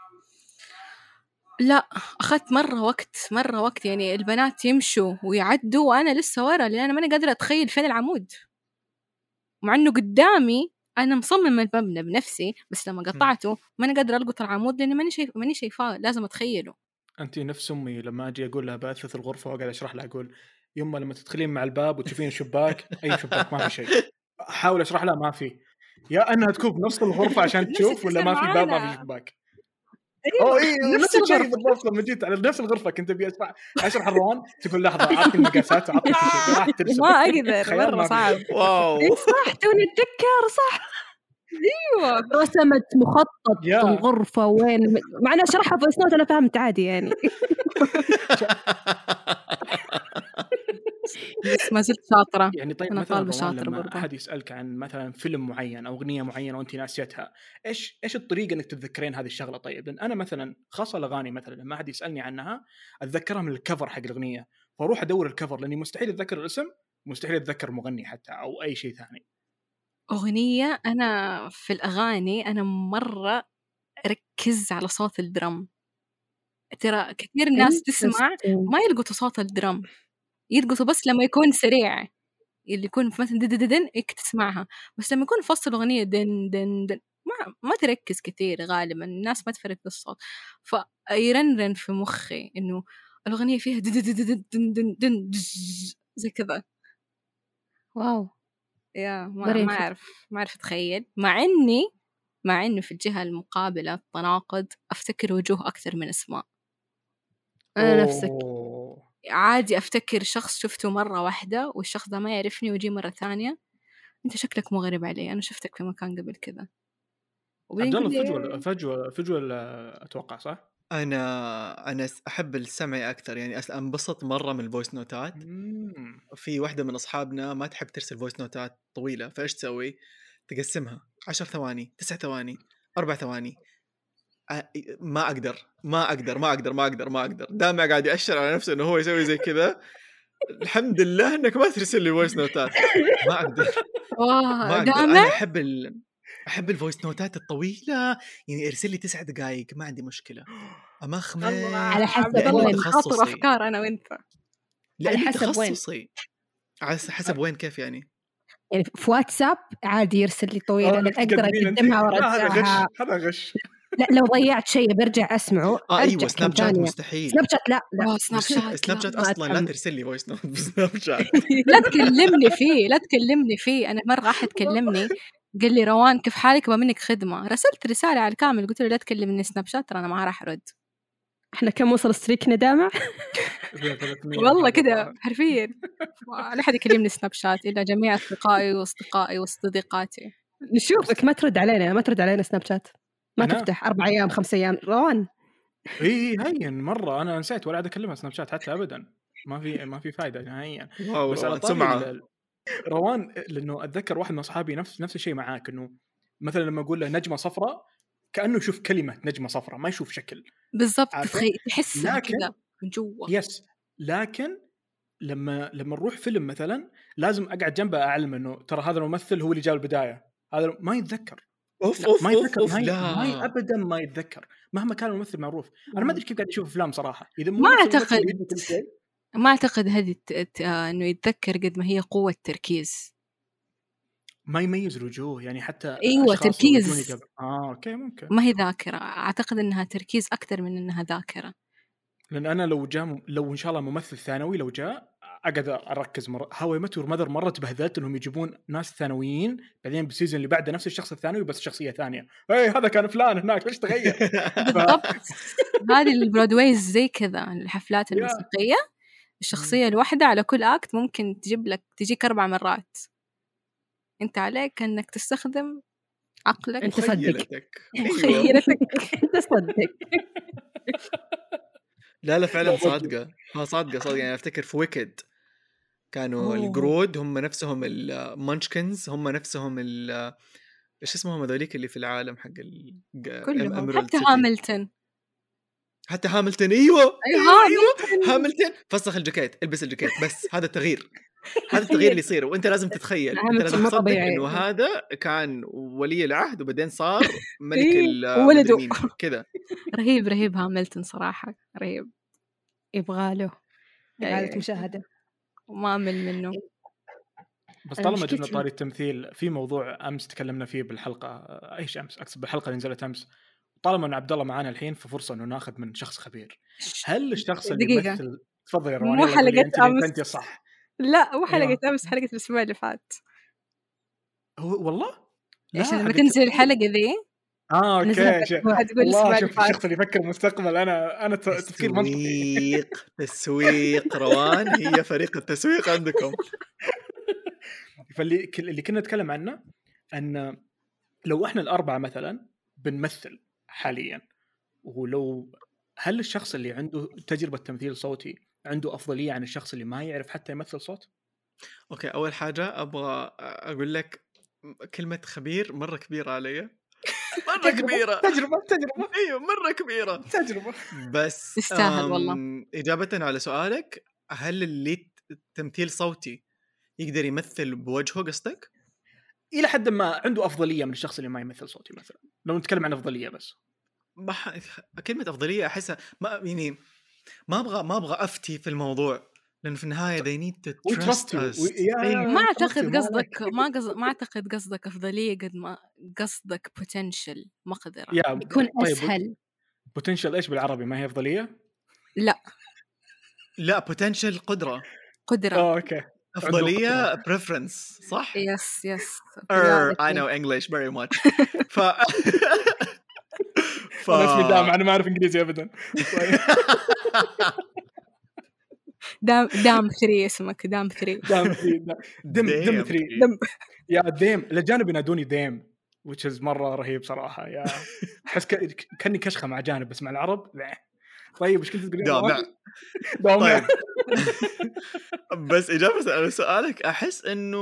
لا، أخذت مرة وقت يعني البنات يمشوا ويعدوا وأنا لسه ورا، لأن أنا ماني قادرة أتخيل فين العمود، مع إنه قدامي أنا مصمم المبنى بنفسي، بس لما قطعته ماني قادرة ألقط العمود لأني ماني شايفاه، لازم أتخيله. أنت نفس أمي لما أجي أقول لها بأثث الغرفة وقاعد أشرح لها أقول يما لما تدخلين مع الباب وتشوفين الشباك أي شباك ما في شيء، أحاول أشرح لها ما في، يا أنها تكون بنص الغرفة عشان تشوف، ولا ما في باب ما في شباك. أيوة. إيه نفس الشيء بالضبط. لما جيت على نفس الغرفة كنت أبي أشرح الروان، تقول لحظة أعطي المقاسات وأعطي كل شيء، راح ترسم ما أقدر، مرة صعب. واو إيه صح، توني أتذكر صح. أيوة. رسمت مخطط الغرفة وين، مع أنها شرحها فويس نوت أنا فهمت عادي يعني. بس ما زلت شاطرة يعني. طيب أنا مثلا طالبة روان شاطرة لما برضه. أحد يسألك عن مثلا فيلم معين أو أغنية معينة وأنت ناسيتها، إيش الطريقة إنك تتذكرين هذه الشغلة؟ طيب لأن أنا مثلا خاصة الأغاني مثلا لما أحد يسألني عنها أتذكرها من الكفر حق الأغنية، فأروح أدور الكفر لأني مستحيل أتذكر الاسم، مستحيل أتذكر مغني حتى أو أي شيء ثاني. أغنية، أنا في الأغاني أنا مرة أركز على صوت الدرم. ترى كثير ناس تسمع ما يلقطوا صوت الدرم، يلقطوا بس لما يكون سريع، اللي يكون في مثلا دن تسمعها، بس لما يكون فصل أغنية دن دن دن ما تركز كثير، غالبا الناس ما تفرق بالصوت، فيرنرن في مخي إنه الأغنية فيها دن دن دن دن دن زي كذا. واو يا ما أعرف أتخيل، مع إنه في الجهة المقابلة التناقض أفتكر وجوه أكثر من أسماء. أنا نفسك عادي أفتكر شخص شفته مرة واحدة والشخص ده ما يعرفني ويجي مرة ثانية، أنت شكلك مغرب علي، أنا شفتك في مكان قبل كذا. عبد الله فجوة أتوقع صح؟ أنا أحب السمع أكثر، يعني أنبسط مرة من الفويس نوتات. في واحدة من أصحابنا ما تحب ترسل فويس نوتات طويلة، فإيش تسوي؟ تقسمها 10 ثواني 9 ثواني 4 ثواني. ما أقدر دامع قاعد يأشر على نفسه إنه هو يسوي زي كذا. الحمد لله إنك ما ترسل لي فويس نوتات، ما أقدر. أنا أحب الفويس نوتات الطويلة، يعني ارسل لي 9 دقائق ما عندي مشكلة، أمخمخ على حسب وين خاطر أفكار أنا وأنت، على حسب وين، على حسب وين. كيف يعني في واتساب عادي يرسل لي طويلة أنا أقدر أقدمها وأرجعها. هذا غش. لا لو ضيعت شيء برجع أسمعه. أيوة سناب شات مستحيل. سناب شات لا سناب شات أصلا لا ترسل لي فويس نوت بسناب شات. لا تكلمني فيه. أنا مرة أحد كلمني قال لي روان كيف حالك منك خدمة، رسلت رسالة على الكامل قلت له لا تكلمني سناب شات أنا ما راح أرد. إحنا كم وصل ستريكنا دامع؟ والله كده حرفيا لا أحد يكلمني سناب شات إلا جميع أصدقائي وصديقاتي. نشوفك ما ترد علينا سناب شات، ما تفتح 4 أيام 5 أيام روان. هين مرة أنا نسيت ولا عاد أكلمها سناب شات حتى أبدا، ما في فائدة نهائيا. بس على طاري روان لأنه أتذكر واحد من أصحابي نفس الشيء معاك، إنه مثلا لما أقول له نجمة صفراء كأنه يشوف كلمة نجمة صفراء ما يشوف شكل بالضبط، تحسها كذا من جوا. يس لكن لما نروح فيلم مثلا لازم اقعد جنبه اعلم انه ترى هذا الممثل هو اللي جاب البدايه، هذا ما يتذكر. ما يتذكر ما ابدا ما يتذكر مهما كان الممثل معروف. انا ما ادري كيف قاعد اشوف افلام صراحه اذا ما اعتقد هذه انه يتذكر قد ما هي قوه تركيز، ما يميز الوجوه يعني حتى ايوه تركيز. اوكي ممكن ما هي ذاكره، اعتقد انها تركيز اكثر من انها ذاكره. لان انا لو ان شاء الله ممثل ثانوي لو جاء اقعد اركز هاو اي ميت يور ماذر مره تبهذلت انهم يجيبون ناس ثانويين بعدين بالسيزون اللي بعده نفس الشخص الثانوي بس شخصيه ثانيه. هذا كان فلان هناك ليش تغير؟ بالضبط. هذه البرودوايز زي كذا الحفلات الموسيقيه الشخصيه الواحده على كل اكت ممكن تجيك 4 مرات. انت عليك انك تستخدم عقلك، انت صدق خيرتك انت صدق. لا فعلا صادقة يعني افتكر في ويكد كانوا الجرود هم نفسهم المانشكنز، هم نفسهم ايش اسمهم هذوليك اللي في العالم حق كلهم، حتى هاملتون. ايوه هاملتون فسخ الجاكيت، البس الجاكيت بس. هذا التغيير اللي يصير وانت لازم تتخيل، انت لازم تصدق انه هذا كان ولي العهد وبعدين صار ملك المجرمين كذا. رهيب هاملتون صراحة رهيب، يبغاله إعادة مشاهدة وما أمل منه. بس طالما جبنا طاري التمثيل في موضوع أمس تكلمنا فيه بالحلقة، إيش أمس أقصد بالحلقة اللي نزلت أمس، طالما أن عبد الله معانا الحين ففرصة إنه ناخذ من شخص خبير. هل الشخص اللي يمثل تفضل يا روان، مو حلقة أمس أنت صح؟ لا مو حلقة أمس، حلقة الأسبوع اللي فات. هو والله إيش لما تنزل الحلقة ذي اوكي الله شوف الشخص اللي يفكر مستقبل. انا تفكير منطقي. تسويق روان هي فريق التسويق عندكم. فاللي كنا نتكلم عنه ان لو احنا الاربعه مثلا بنمثل حاليا، ولو هل الشخص اللي عنده تجربه تمثيل صوتي عنده افضليه عن الشخص اللي ما يعرف حتى يمثل صوت؟ اوكي اول حاجه ابغى اقول لك كلمه خبير مره كبيره علي، مرة كبيرة. تجربة أيوة مرة كبيرة تجربة. بس يستاهل والله. إجابة على سؤالك، هل اللي تمثيل صوتي يقدر يمثل بوجهه قصدك؟ إلى حد ما عنده أفضلية من الشخص اللي ما يمثل صوتي مثلا، لو نتكلم عن أفضلية بس. كلمة أفضلية أحسها ما أبغى أفتي في الموضوع، لأن في النهاية they need to trust us. ما أعتقد قصدك أفضلية قد ما قصدك potential مقدرة يكون أسهل. potential إيش بالعربي؟ ما هي أفضلية؟ لا potential قدرة. أوكي. أفضلية preference صح؟ yes I know English very much. أنا اسمي دام، أنا ما أعرف إنجليزي أبدا. دام 3 اسمك دام 3 دم 3 يا ديم. الأجانب ينادوني ديم which is مرة رهيب صراحة. يا أحس كأني كشخة مع جانب، بس مع العرب لا. طيب إيش كنت تقول؟ طيب بس إجابة على سؤالك أحس إنه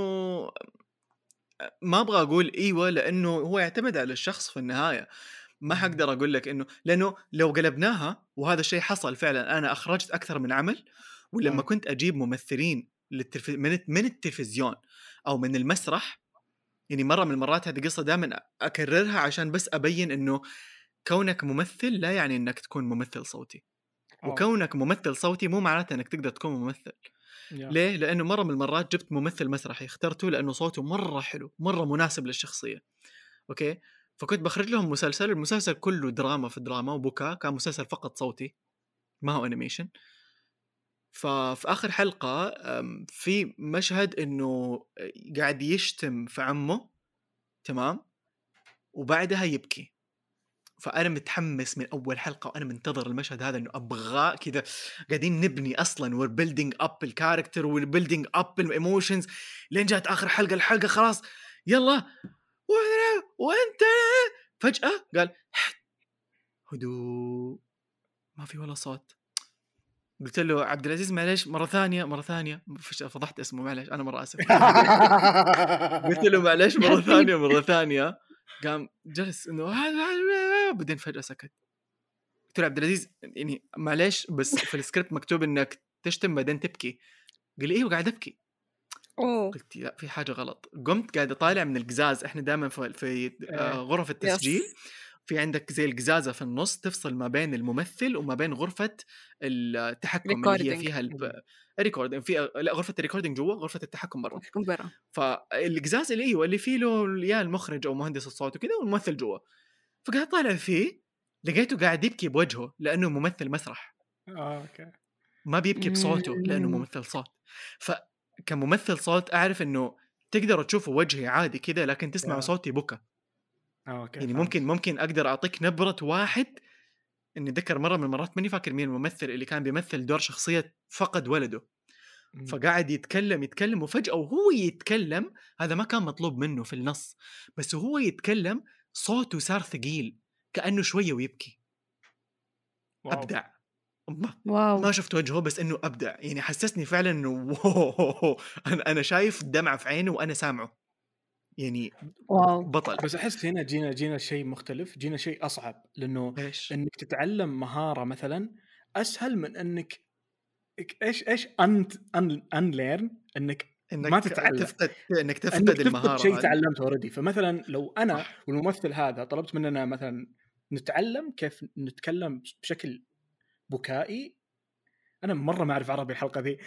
ما أبغى أقول إيوه، لأنه هو يعتمد على الشخص في النهاية. ما حقدر أقول لك إنه، لأنه لو قلبناها وهذا الشيء حصل فعلا، أنا أخرجت أكثر من عمل، ولما كنت أجيب ممثلين من التلفزيون أو من المسرح، يعني مرة من المرات هذه قصة دائما أكررها عشان بس أبين إنه كونك ممثل لا يعني إنك تكون ممثل صوتي، وكونك ممثل صوتي مو معناته إنك تقدر تكون ممثل. ليه؟ لأنه مرة من المرات جبت ممثل مسرحي اخترته لأنه صوته مرة حلو، مرة مناسب للشخصية. أوكي، فكنت بخرج لهم المسلسل كله دراما في دراما وبكاء، كان مسلسل فقط صوتي ما هو أنيميشن. ففي آخر حلقة في مشهد إنه قاعد يشتم في عمه، تمام، وبعدها يبكي. فأنا متحمس من أول حلقة وأنا منتظر المشهد هذا، إنه أبغاه كذا. قاعدين نبني أصلاً we're building up الكاركتر we're building up الإيموشنز، لين جات آخر حلقة الحلقة خلاص يلا وأنت فجأة قال هدوء، ما في ولا صوت. قلت له عبد العزيز معلش مرة ثانية فضحت اسمه معلش أنا مرة آسف. قلت له معلش مرة ثانية قام جلس إنه بعدين فجأة سكت. قلت له عبد العزيز يعني معلش بس في السكريبت مكتوب إنك تشتم بعدين تبكي. قال لي ايوه قاعد ابكي. أوه. قلت لا في حاجه غلط. قمت قاعد اطالع من القزاز، احنا دائما في غرف التسجيل في عندك زي القزازه في النص تفصل ما بين الممثل وما بين غرفه التحكم اللي هي فيها الريكوردينج. في لا غرفه الريكوردينج جوا، غرفه التحكم برا. فالقزاز اللي ايوه اللي فيه له يا المخرج او مهندس الصوت وكذا والممثل جوا. فقاعد طالع فيه لقيته قاعد يبكي بوجهه لانه ممثل مسرح. اوكي. ما بيبكي بصوته لانه ممثل صوت. فكممثل صوت اعرف انه تقدر تشوفه وجهي عادي كذا، لكن تسمع صوتي بكى. اوكي. يعني ممكن اقدر اعطيك نبره واحد. اني ذكر مره من المرات ماني فاكر مين الممثل اللي كان بيمثل دور شخصيه فقد ولده، فقاعد يتكلم وفجاه وهو يتكلم، هذا ما كان مطلوب منه في النص، بس هو يتكلم صوته صار ثقيل كانه شويه ويبكي. ابدع. ما شفت وجهه بس انه ابدع، يعني حسسني فعلا انه انا شايف دمعه في عينه وانا سامعه، يعني بطل. بس احس هنا جينا شيء مختلف، جينا شيء اصعب، لانه انك تتعلم مهاره مثلا اسهل من انك ايش انليرن انك ما تتعلم، انك تفقد المهاره شيء تعلمته اوريدي. فمثلا لو انا والممثل هذا طلبت مننا مثلا نتعلم كيف نتكلم بشكل بكائي، انا مره ما اعرف عربي الحلقه ذي،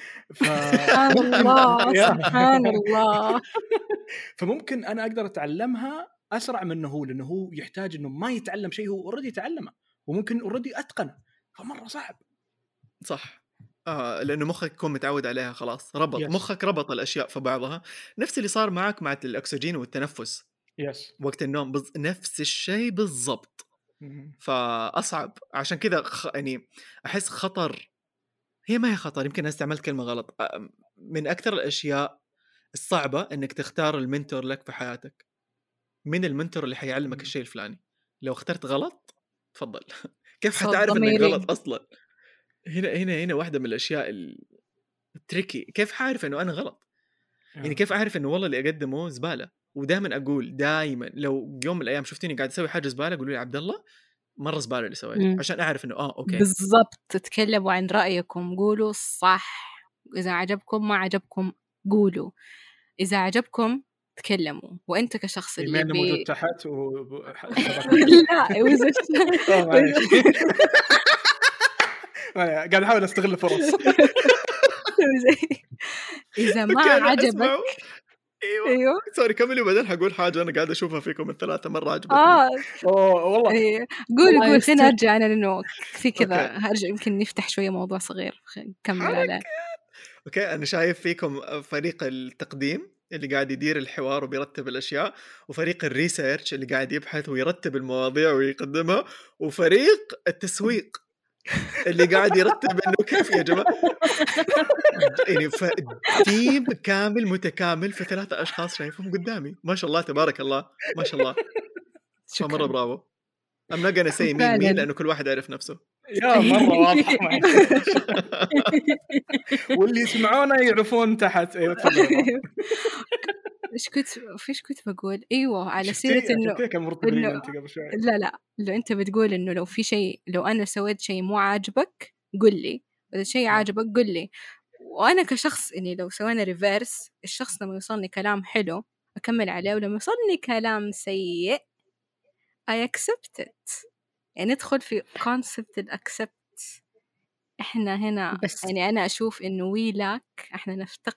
سبحان الله. فممكن انا اقدر اتعلمها اسرع منه هو، لانه هو يحتاج انه ما يتعلم شيء هو اوريدي تعلمه وممكن اوريدي اتقنه، فمره صعب. صح. لانه مخك يكون متعود عليها خلاص، مخك ربط الاشياء في بعضها. نفس اللي صار معك مع الاكسجين والتنفس وقت النوم، نفس الشيء بالضبط. فاصعب عشان كذا يعني احس خطر، هي ما هي خطر، يمكن انا استعملت كلمه غلط. من اكثر الاشياء الصعبه انك تختار المنتور لك في حياتك. من المنتور اللي حيعلمك الشيء الفلاني؟ لو اخترت غلط تفضل. كيف حتعرف انك غلط اصلا؟ هنا واحده من الاشياء التريكي. كيف حعرف انه انا غلط؟ يعني كيف اعرف انه والله اللي اقدمه زباله؟ ودائما اقول دائما لو يوم من الايام شفتيني قاعد اسوي حاجه زباله قولوا لي عبد الله مره زباله اللي سويته، عشان اعرف انه اوكي بالضبط. تتكلموا عن رايكم، قولوا صح. اذا عجبكم ما عجبكم قولوا، اذا عجبكم تكلموا. وانت كشخص اللي موجود تحت لا وزش قاعد احاول استغل الفرص. اذا ما عجبك ايوه سوري كملي وبعدين حقول حاجه انا قاعد اشوفها فيكم الثلاثه مره عجبتني. والله قول خلينا نرجع انا لانه في كذا هرجع يمكن نفتح شويه موضوع صغير نكمل عليه. اوكي انا شايف فيكم فريق التقديم اللي قاعد يدير الحوار وبيرتب الاشياء، وفريق الريسيرش اللي قاعد يبحث ويرتب المواضيع ويقدمها، وفريق التسويق اللي قاعد يرتب انه كيف يا جماعه. يعني تيم كامل متكامل في 3 اشخاص شايفهم قدامي، ما شاء الله تبارك الله ما شاء الله. مره برافو. I'm not gonna say مين لانه كل واحد يعرف نفسه. يا مره واضح. واللي يسمعونا يعرفون تحت. ايوه تفضل. ايش كنت بقول؟ ايوه على سيره انه لا لو انت بتقول انه لو في شيء، لو انا سويت شيء مو عاجبك قل لي، واذا شيء عاجبك قل لي. وانا كشخص اني لو سوينا ريفيرس، الشخص لما يوصلني كلام حلو اكمل عليه، ولما يوصلني كلام سيء I accept it. يعني ندخل في concept الaccept. احنا هنا بس يعني انا اشوف انه ويلاك احنا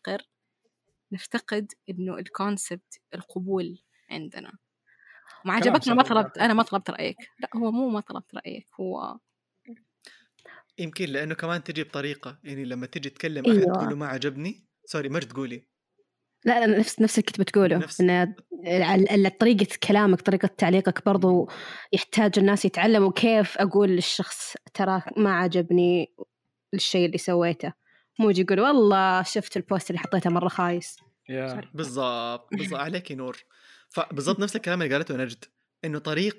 نفتقد انه الكونسبت القبول عندنا. ما عجبكنا ما طلبت، انا ما طلبت رايك. لا هو مو ما طلبت رايك، هو يمكن لانه كمان تجي بطريقه، يعني لما تجي تتكلم احد تقول له ما عجبني سوري ما تقولي لا نفس اللي كنت بتقوله، ان طريقه كلامك طريقه تعليقك برضو يحتاج الناس يتعلموا كيف اقول للشخص ترى ما عجبني الشيء اللي سويته، مو يجي يقول والله شفت البوست اللي حطيته مره خايس. بالضبط عليك نور. فبالضبط نفس الكلام اللي قالته نجد، انه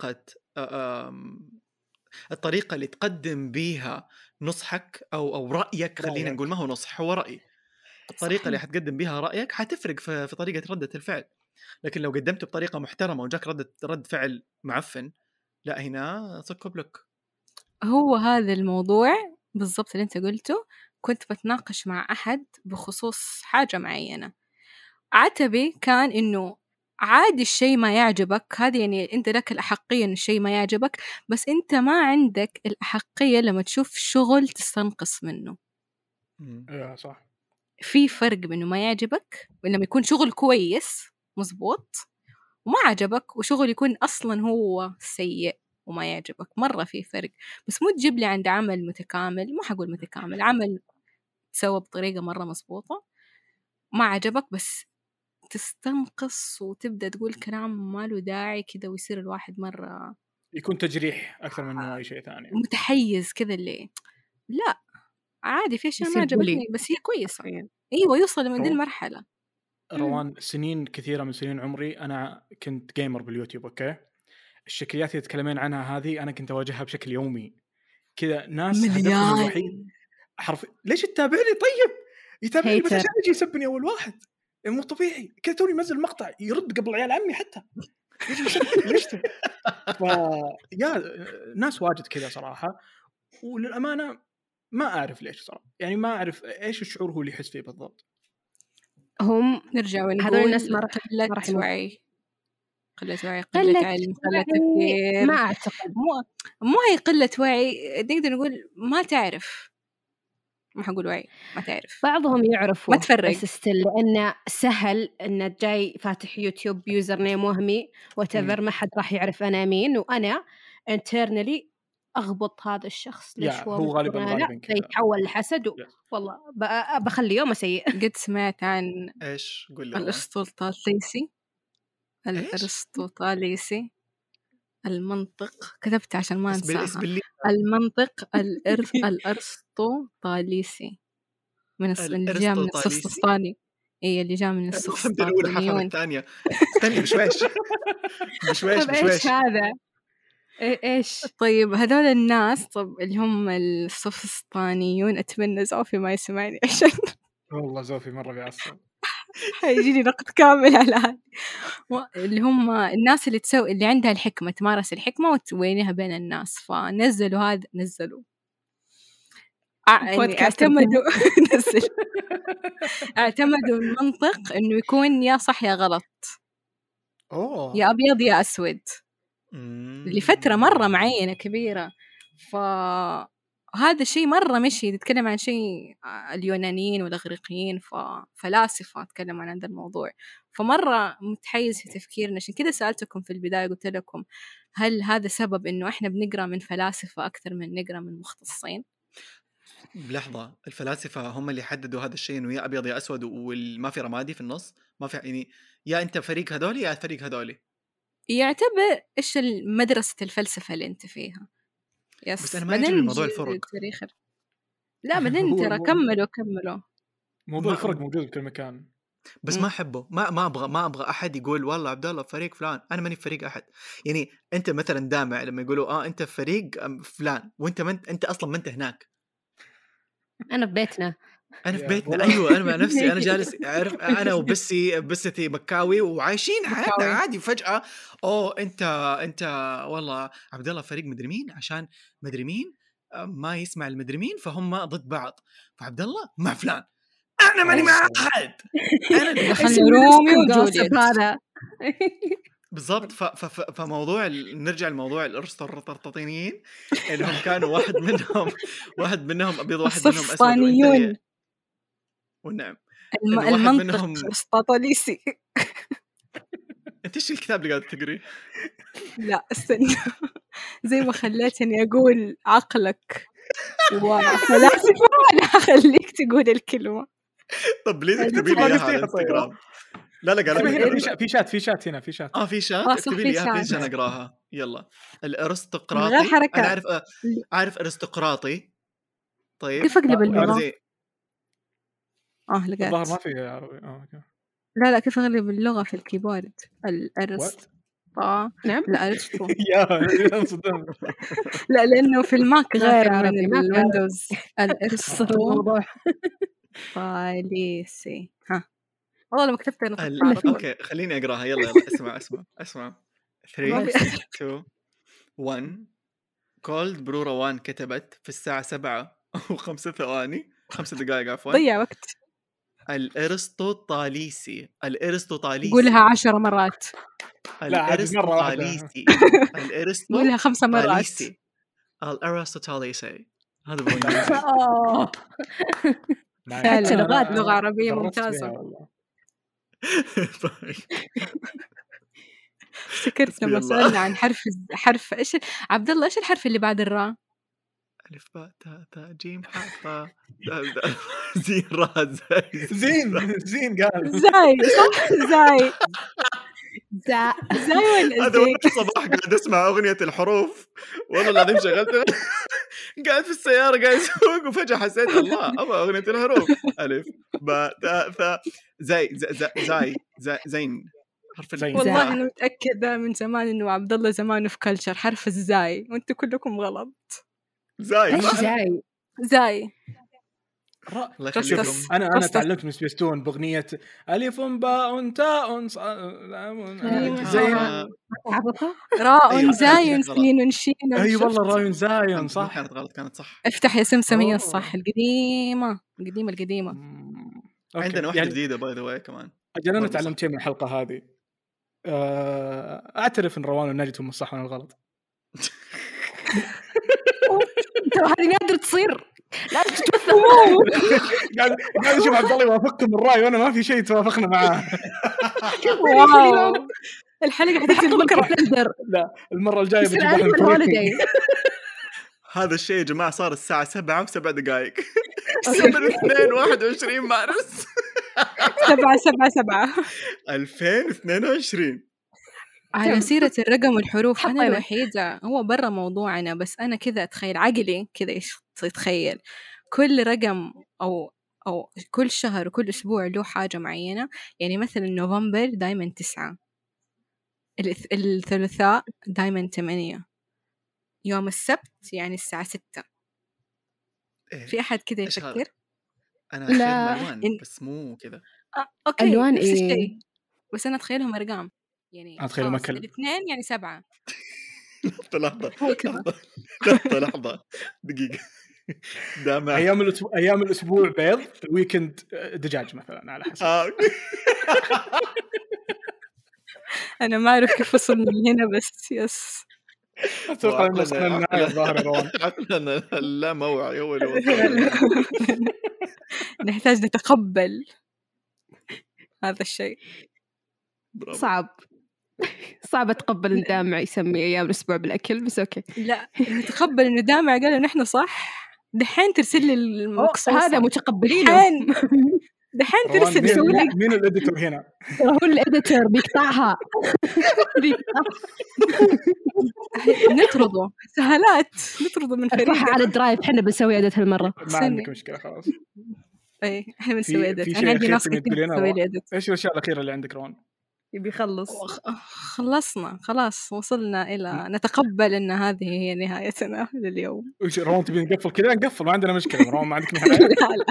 الطريقه اللي تقدم بيها نصحك او رايك، خلينا نقول ما هو نصح هو راي. الطريقه اللي حتقدم بيها رايك حتفرق في طريقه رده الفعل. لكن لو قدمته بطريقه محترمه وجاك رد فعل معفن، لا هنا صك بلوك. هو هذا الموضوع بالضبط اللي انت قلته، كنت بتناقش مع أحد بخصوص حاجة معينة. عتبي كان إنه عادي الشيء ما يعجبك، هذه يعني أنت لك الأحقية إن الشيء ما يعجبك، بس أنت ما عندك الأحقية لما تشوف شغل تستنقص منه. صح. في فرق بإنه ما يعجبك ولما يكون شغل كويس مزبوط وما عجبك، وشغل يكون أصلا هو سيء وما يعجبك. مرة في فرق. بس مو تجيب لي عند عمل متكامل، مو حقول متكامل، عمل تسوى بطريقة مرة مزبوطة ما عجبك بس تستنقص وتبدأ تقول كلام ما له داعي كده، ويصير الواحد مرة يكون تجريح أكثر منه أي شيء ثاني، متحيز كذا. اللي لا عادي في أشياء ما يصير عجبتني بولي. بس هي كويسة. أيوة يوصل من دي المرحلة. روان سنين كثيرة من سنين عمري أنا كنت جيمر باليوتيوب. أوكي، الشكليات اللي تتكلمين عنها هذه أنا كنت أواجهها بشكل يومي كذا. ناس هدفهم الوحيد حرف ليش تتابعني؟ طيب يتابعني بس عشان يجي يسبني أول واحد، مو طبيعي كذا. توني منزل مقطع يرد قبل عيال عمي حتى يجي يسبني ليش يا ناس واجد كذا صراحة. وللأمانة ما أعرف ليش صراحة، يعني ما أعرف إيش الشعور هو اللي يحس فيه بالضبط. هم نرجع ونقول هذول الناس ما قلة وعي، قلة وعي، قلة قلة علم، قلة تفكير. ما أعتقد مو هي قلة وعي، نقدر نقول ما تعرف، ما حقول وعي، ما تعرف. بعضهم يعرفوا ما تفرق بس استل، لأنه سهل إنه جاي فاتح يوتيوب بيوزر نيم وهمي وتذر، ما حد راح يعرف أنا مين، وأنا انترنالي أغبط هذا الشخص ليش هو غالبا كذا يتحول لحسد والله بخلي يوم سيء. قد سمعت عن إيش قول لي الأرسطوطاليسي. الأرسطوطاليسي المنطق، كتبت عشان ما أنساها. المنطق الأرسطوطاليسي اللي جاء من السفسطاني. إيه اللي جاء من السفسطانيون. الثانية استني بشويش هذا إيش؟ طيب هذول الناس طب اللي هم السفسطانيون، أتمنى زوفي ما يسمعني عشان والله زوفي مرة بيعصب حيجيني نقد كامل على هذا. اللي هم الناس اللي تسوي اللي عندها الحكمة، تمارس الحكمة وتوينها بين الناس، فنزلوا هذا نزلوا يعني اعتمدوا اعتمدوا المنطق إنه يكون يا صح يا غلط، يا أبيض يا أسود لفترة مرة معينة كبيرة. فهذا الشيء مرة مشي. تتكلم عن شيء اليونانيين والإغريقيين، فلاسفة تكلم عن هذا الموضوع، فمرة متحيز في تفكيرنا. عشان كده سألتكم في البداية، قلت لكم هل هذا سبب إنه إحنا بنقرأ من فلاسفة أكثر من نقرأ من مختصين؟ بلحظة، الفلاسفة هم اللي حددوا هذا الشيء إنه يا أبيض يا أسود وما في رمادي في النص، ما في يعني يا أنت فريق هذولي يا فريق هذولي. يعتبر إيش مدرسة الفلسفة اللي أنت فيها؟ بس أنا ما يعجبني موضوع الفرق. لا بعدين ترى كملوا موضوع الفرق موجود بكل مكان، بس ما أحبه. ما أبغى أحد يقول والله عبد الله فريق فلان، أنا ماني فريق أحد. يعني أنت مثلا دامع لما يقولوا أنت فريق فلان وأنت أنت أصلا ما أنت هناك. أنا في بيتنا أيوة أنا مع نفسي، أنا جالس أعرف أنا وبستي مكاوي وعايشين حياتنا عادي. فجأة أنت والله عبد الله فريق مدري مين، عشان مدري مين ما يسمع المدري مين فهم ضد بعض، فعبد الله مع فلان. أنا ماني مع أحد. أنا رومي وجوليت هذا بالضبط. فموضوع نرجع لموضوع الأرسطوطاليين إنهم كانوا واحد منهم أبيض واحد منهم أسود. والنعم المنطق الأرسطوطاليسي. أنت إيش الكتاب اللي قاعد تقريه؟ لا استنى، زي ما خليتني أقول عقلك وفلاسفة أنا أخليك تقول الكلمة. طب ليه تكتبي لي إياها على الانستغرام؟ لا قال في شات هنا في شات اكتبي لي اياها بليز عشان اقراها. يلا. الارستقراطي انا عارف ارستقراطي. طيب كيف اقلب اللغة؟ لقيت الظاهر ما في عربي. اوكي لا كيف اقلب اللغة في الكيبورد؟ الارست نعم الارستو يا صدام لا لانه في الماك غير من الويندوز. الارستو طاليسي. والله لما كتبت اوكي خليني اقراها. يلا اسمع 3 2 1. كولد برو روان كتبت في الساعة 7:05 5 دقائق عفوا. ضيع وقت. الأرسطوطاليسي. قولها 10 مرات. لا، هذه مرة واحدة. قولها 5 مرات. الأرسطوطاليسي هذا بالإنجليزي. فعلا لغات لغة عربية درست ممتازة. فيها والله. افتكرت لما حسبي الله. سألنا عن حرف إيش عبد الله، إيش الحرف اللي بعد الراء؟ ألف باء تاء ثاء جيم حاء فاء زين راء زاي. زين قال زاي صح. زاي ولا هذا زي؟ وأنا الصباح قاعد أسمع أغنية الحروف والله العظيم شغلت قاعد في السيارة قاعد أسوق وفجأة حسيت الله أبغى أغنية الحروف. ألف باء تاء ثاء زين حرف زين. والله أنا متأكدة من زمان إنه عبد الله زمانه في كلتشر حرف الزاي وأنتوا كلكم غلط. زاي ايش زاي؟ الله يخليكم. انا تعلمت من سبيستون باغنيه الف باء تاء زين راء زاي سين شين. اي والله راء زاي صح. كانت غلط كانت صح. افتح يا سمسم هي الصح القديمة. عندنا واحدة يعني جديدة باي ذا واي كمان. أجل أنا تعلمت شيء من الحلقة هذه. أعترف إن روان ونجد هم الصح وأنا الغلط. ترى هذه نادر تصير، لا تتوثق. قاعد أشوف عبد الله يوافقكم الرأي وأنا ما في شيء توافقنا معاه. واو الحلقة حتنزل بكرة. لا المرة الجاية بجيب واحد. هذا الشيء يا جماعة صار الساعة 7:07 7/2 21 مارس 7/7/7 2022. على سيرة الرقم والحروف أنا الوحيدة هو برا موضوعنا، بس أنا كذا أتخيل عقلي كذا يتخيل كل رقم أو كل شهر وكل أسبوع له حاجة معينة. يعني مثلا نوفمبر دايما 9، الثلاثاء دايما 8، يوم السبت يعني الساعة 6. في أحد كذا يفكر؟ أنا أتخيل ألوان بس مو كذا. أوكي ألوان نفس الشيء، بس أنا أتخيلهم أرقام. يعني أتخيل مكل. الاثنين يعني 7. لحظة دقيقة. أيام الأسبوع بيض، الويكند دجاج مثلا على حسب. أنا ما أعرف كيف أصل من هنا بس يس. أتوقع أن وصلنا للنهاية الظاهر روان. عقلنا لا موعي هو نحتاج نتقبل هذا الشيء. صعب أتقبل إن دامع يسمي أيام الأسبوع بالأكل، بس أوكي. لا نتقبل إنه دامع قال إن إحنا صح. دحين ترسل لي المقصوصة. هذا متقبلين. دحين ترسل سؤال. مين الإديتور هنا؟ هو الإديتور بيقطعها. نطرده سهالات، نطرده من فريق على الدرايف. إحنا بنسوي إديت هالمرة. ما عندك مشكلة خلاص. إيه إحنا بنسوي إديت. أنا عندي ناس كتير تسوي إديت. إيش الأشياء الأخيرة اللي عندك روان؟ بيخلص. خلصنا خلاص، وصلنا إلى نتقبل أن هذه هي نهايتنا لليوم. وش روان تبي نقفل كذا؟ نقفل، ما عندنا مشكلة. روان ما عندك نهاية؟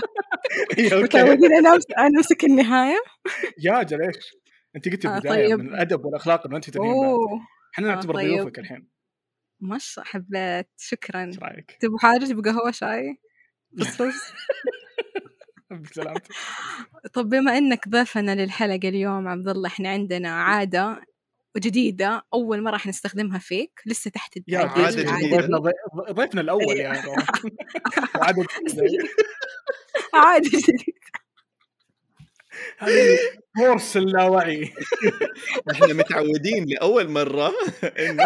لا أنا أمسك النهاية. يا جليش أنت قلت البداية. طيب. من الأدب والأخلاق ما أنت تنهين بعد. إحنا نعتبر ضيوفك الحين. مش حبيت. شكرا. رايك تبغى حاجة بقهوة شاي بس بسلامتك. طب بما انك ضيفنا للحلقة اليوم عبد الله، احنا عندنا عادة جديدة أول مرة حنستخدمها فيك، لسه تحت التعديل. ضيفنا الأول يا روان. عادة جديدة. هذه فرص اللاوعي. احنا متعودين لأول مرة إنه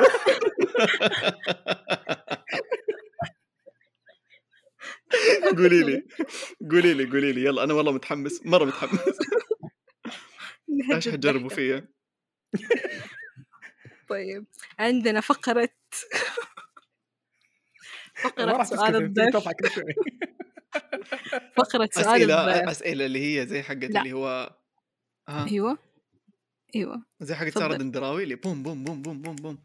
قولي لي يلا. أنا والله متحمس، مرة متحمس. إيش حتجربوا فيها؟ طيب عندنا فقرة سؤال الضيف. فقرة سؤال الضيف. أسئلة اللي هي زي حقت اللي هو ايوه زي حقت سارة دندراوي اللي بوم بوم بوم بوم بوم بوم.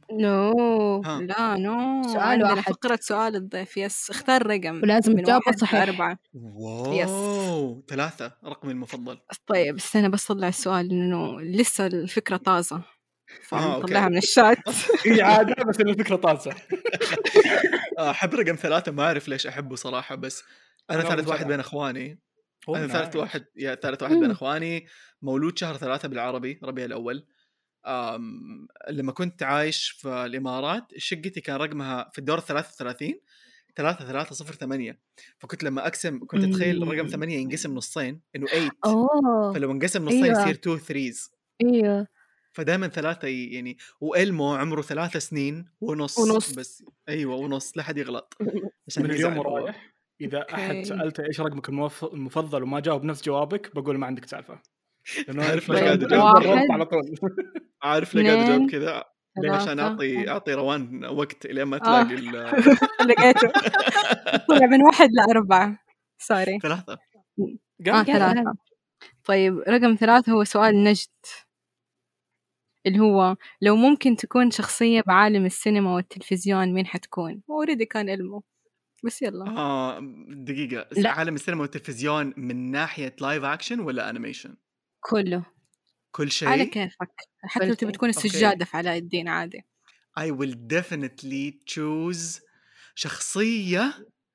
نو سؤال واحد. فقرة سؤال الضيف. يس اختار رقم ولازم تجاوب صحيح. 4. واو 3 رقمي المفضل. طيب استنى بس طلع السؤال انه لسه الفكرة طازة فنطلعها من الشات. هي عادة بس الفكرة طازة. أحب رقم 3 ما أعرف ليش أحبه صراحة، بس انا ثالث واحد بين اخواني. انا ثالث واحد بين اخواني، مولود شهر 3 بالعربي، ربيع الاول. لما كنت عايش في الامارات شقتي كان رقمها في الدور 33 3308. فكنت لما اقسم كنت اتخيل رقم 8 ينقسم نصين انه 8. فلو انقسم نصين يصير 2 3s. ايوه فدائما 3 يعني. وإلمو عمره 3 سنين ونص بس. ايوه ونص لحد يغلط. من اليوم ورايح اذا احد سالته ايش رقمك المفضل وما جاوب نفس جوابك بقول ما عندك سالفه. عارف ليش قاعد اجاوب على طول. عارف ليه قاعد اجاوب كذا عشان اعطي روان وقت لين ما تلاقي لقيته طلع من 1 ل4. سوري 3. 3. طيب رقم 3 هو سؤال نجد، اللي هو لو ممكن تكون شخصية بعالم السينما والتلفزيون مين حتكون؟ أوريدي كان إلمو بس يلا. دقيقة، عالم السينما والتلفزيون من ناحية لايف أكشن ولا أنيميشن؟ كل شيء على كيفك، حتى لو تبي تكون السجادة في علاء الدين عادي. I will definitely choose شخصية.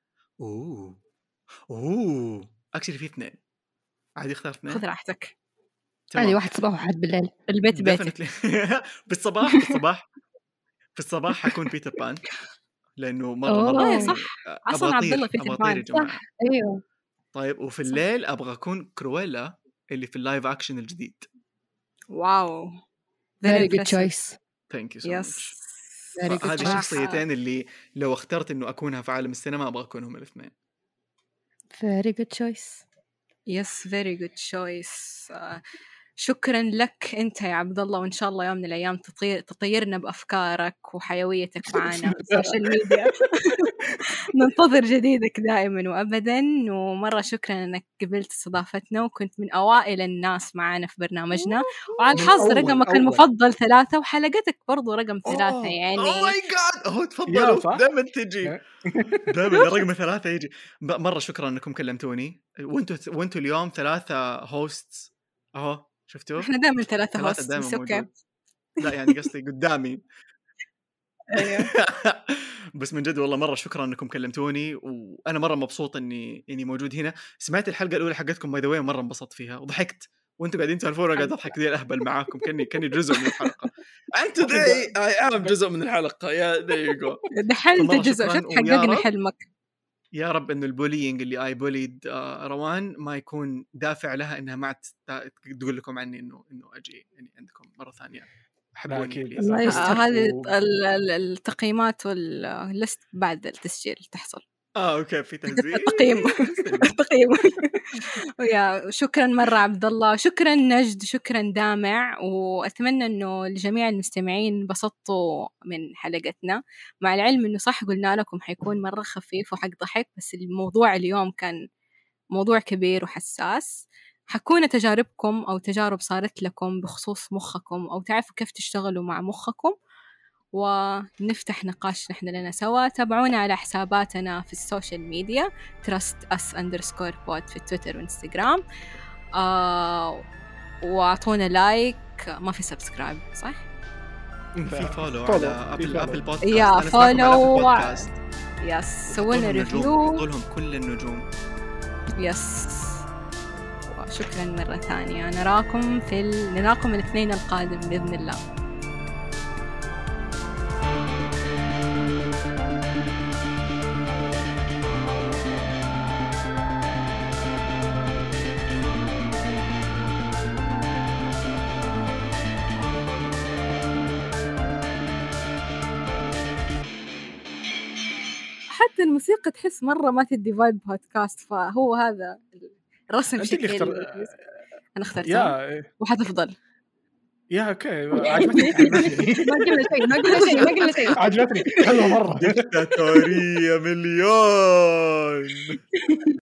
أكشلي في 2 عادي، اختار 2. خذ راحتك. عادي، واحد صباح وواحد بالليل. البيت بيتك. في الصباح حكون بيتر بان لأنه مرة صح. أصلا عبد الله بيتر بان صح. أيوه. طيب وفي الليل أبغى أكون كرويلا اللي في اللايف أكشن الجديد. واو very good choice. thank you so much. هذه الشخصيتين اللي لو اخترت إنه أكونها في عالم السينما أبغى أكونهم الاثنين. very good choice. yes very good choice. شكرا لك أنت يا عبد الله، وإن شاء الله يوم من الأيام تطيرنا بأفكارك وحيويتك معنا في السوشيال ميديا. ننتظر جديدك دائما وأبدا. ومرة شكرا أنك قبلت استضافتنا وكنت من أوائل الناس معنا في برنامجنا. وعلى الحظ رقمك المفضل 3 وحلقتك برضو رقم 3 يعني. ماي جاد تفضلوا دائما تجي دائما رقم 3 يجي. مرة شكرا أنكم كلمتوني. وانتوا اليوم 3 هوستس أهو شفتوا. احنا دائما 3 هوست بس اوكي. لا يعني قصدي قدامي. بس من جد والله مرة شكرا انكم كلمتوني، وانا مرة مبسوط اني موجود هنا. سمعت الحلقة الاولى حقتكم باي ذا واي مرة انبسطت فيها وضحكت، وانتوا قاعدين تسولفون قاعد اضحك ذي الاهبل معاكم كاني جزء من الحلقة. انت ذي اي ام جزء من الحلقة. يا ذي جو دحين جزء شفت حققنا حلمك. يا رب انه البولينج اللي اي بوليد روان ما يكون دافع لها انها ما تقول لكم عني انه اجي يعني عندكم مره ثانيه. احبوني. هذه التقييمات واللست بعد التسجيل تحصل. اوكي في تهزيء تقييم. ويا شكرا مره عبد الله، شكرا نجد، شكرا دامع. واتمنى انه لجميع المستمعين انبسطوا من حلقتنا، مع العلم انه صح قلنا لكم حيكون مره خفيف وحق ضحك، بس الموضوع اليوم كان موضوع كبير وحساس. حكونا تجاربكم او تجارب صارت لكم بخصوص مخكم، او تعرفوا كيف تشتغلوا مع مخكم، ونفتح نقاش نحن لنا سوا. تابعونا على حساباتنا في السوشيال ميديا trustus_pod في تويتر وإنستغرام. وأعطونا لايك. ما في سبسكرايب صح؟ في فولو على أبل بودكاست. يا فولو يس. سوونا ريفيو. طولهم كل النجوم. يس. وشكرا مرة ثانية. نراكم الاثنين القادم بإذن الله. حتى الموسيقى تحس مرة ما تدي فايب بودكاست، فهو هذا الرسم شكل. أنا اخترتها وحتفضل. يا اوكي عجبتني. ما قلنا شيء. عجبتني حلوة مرة. ديكتاتورية مليون.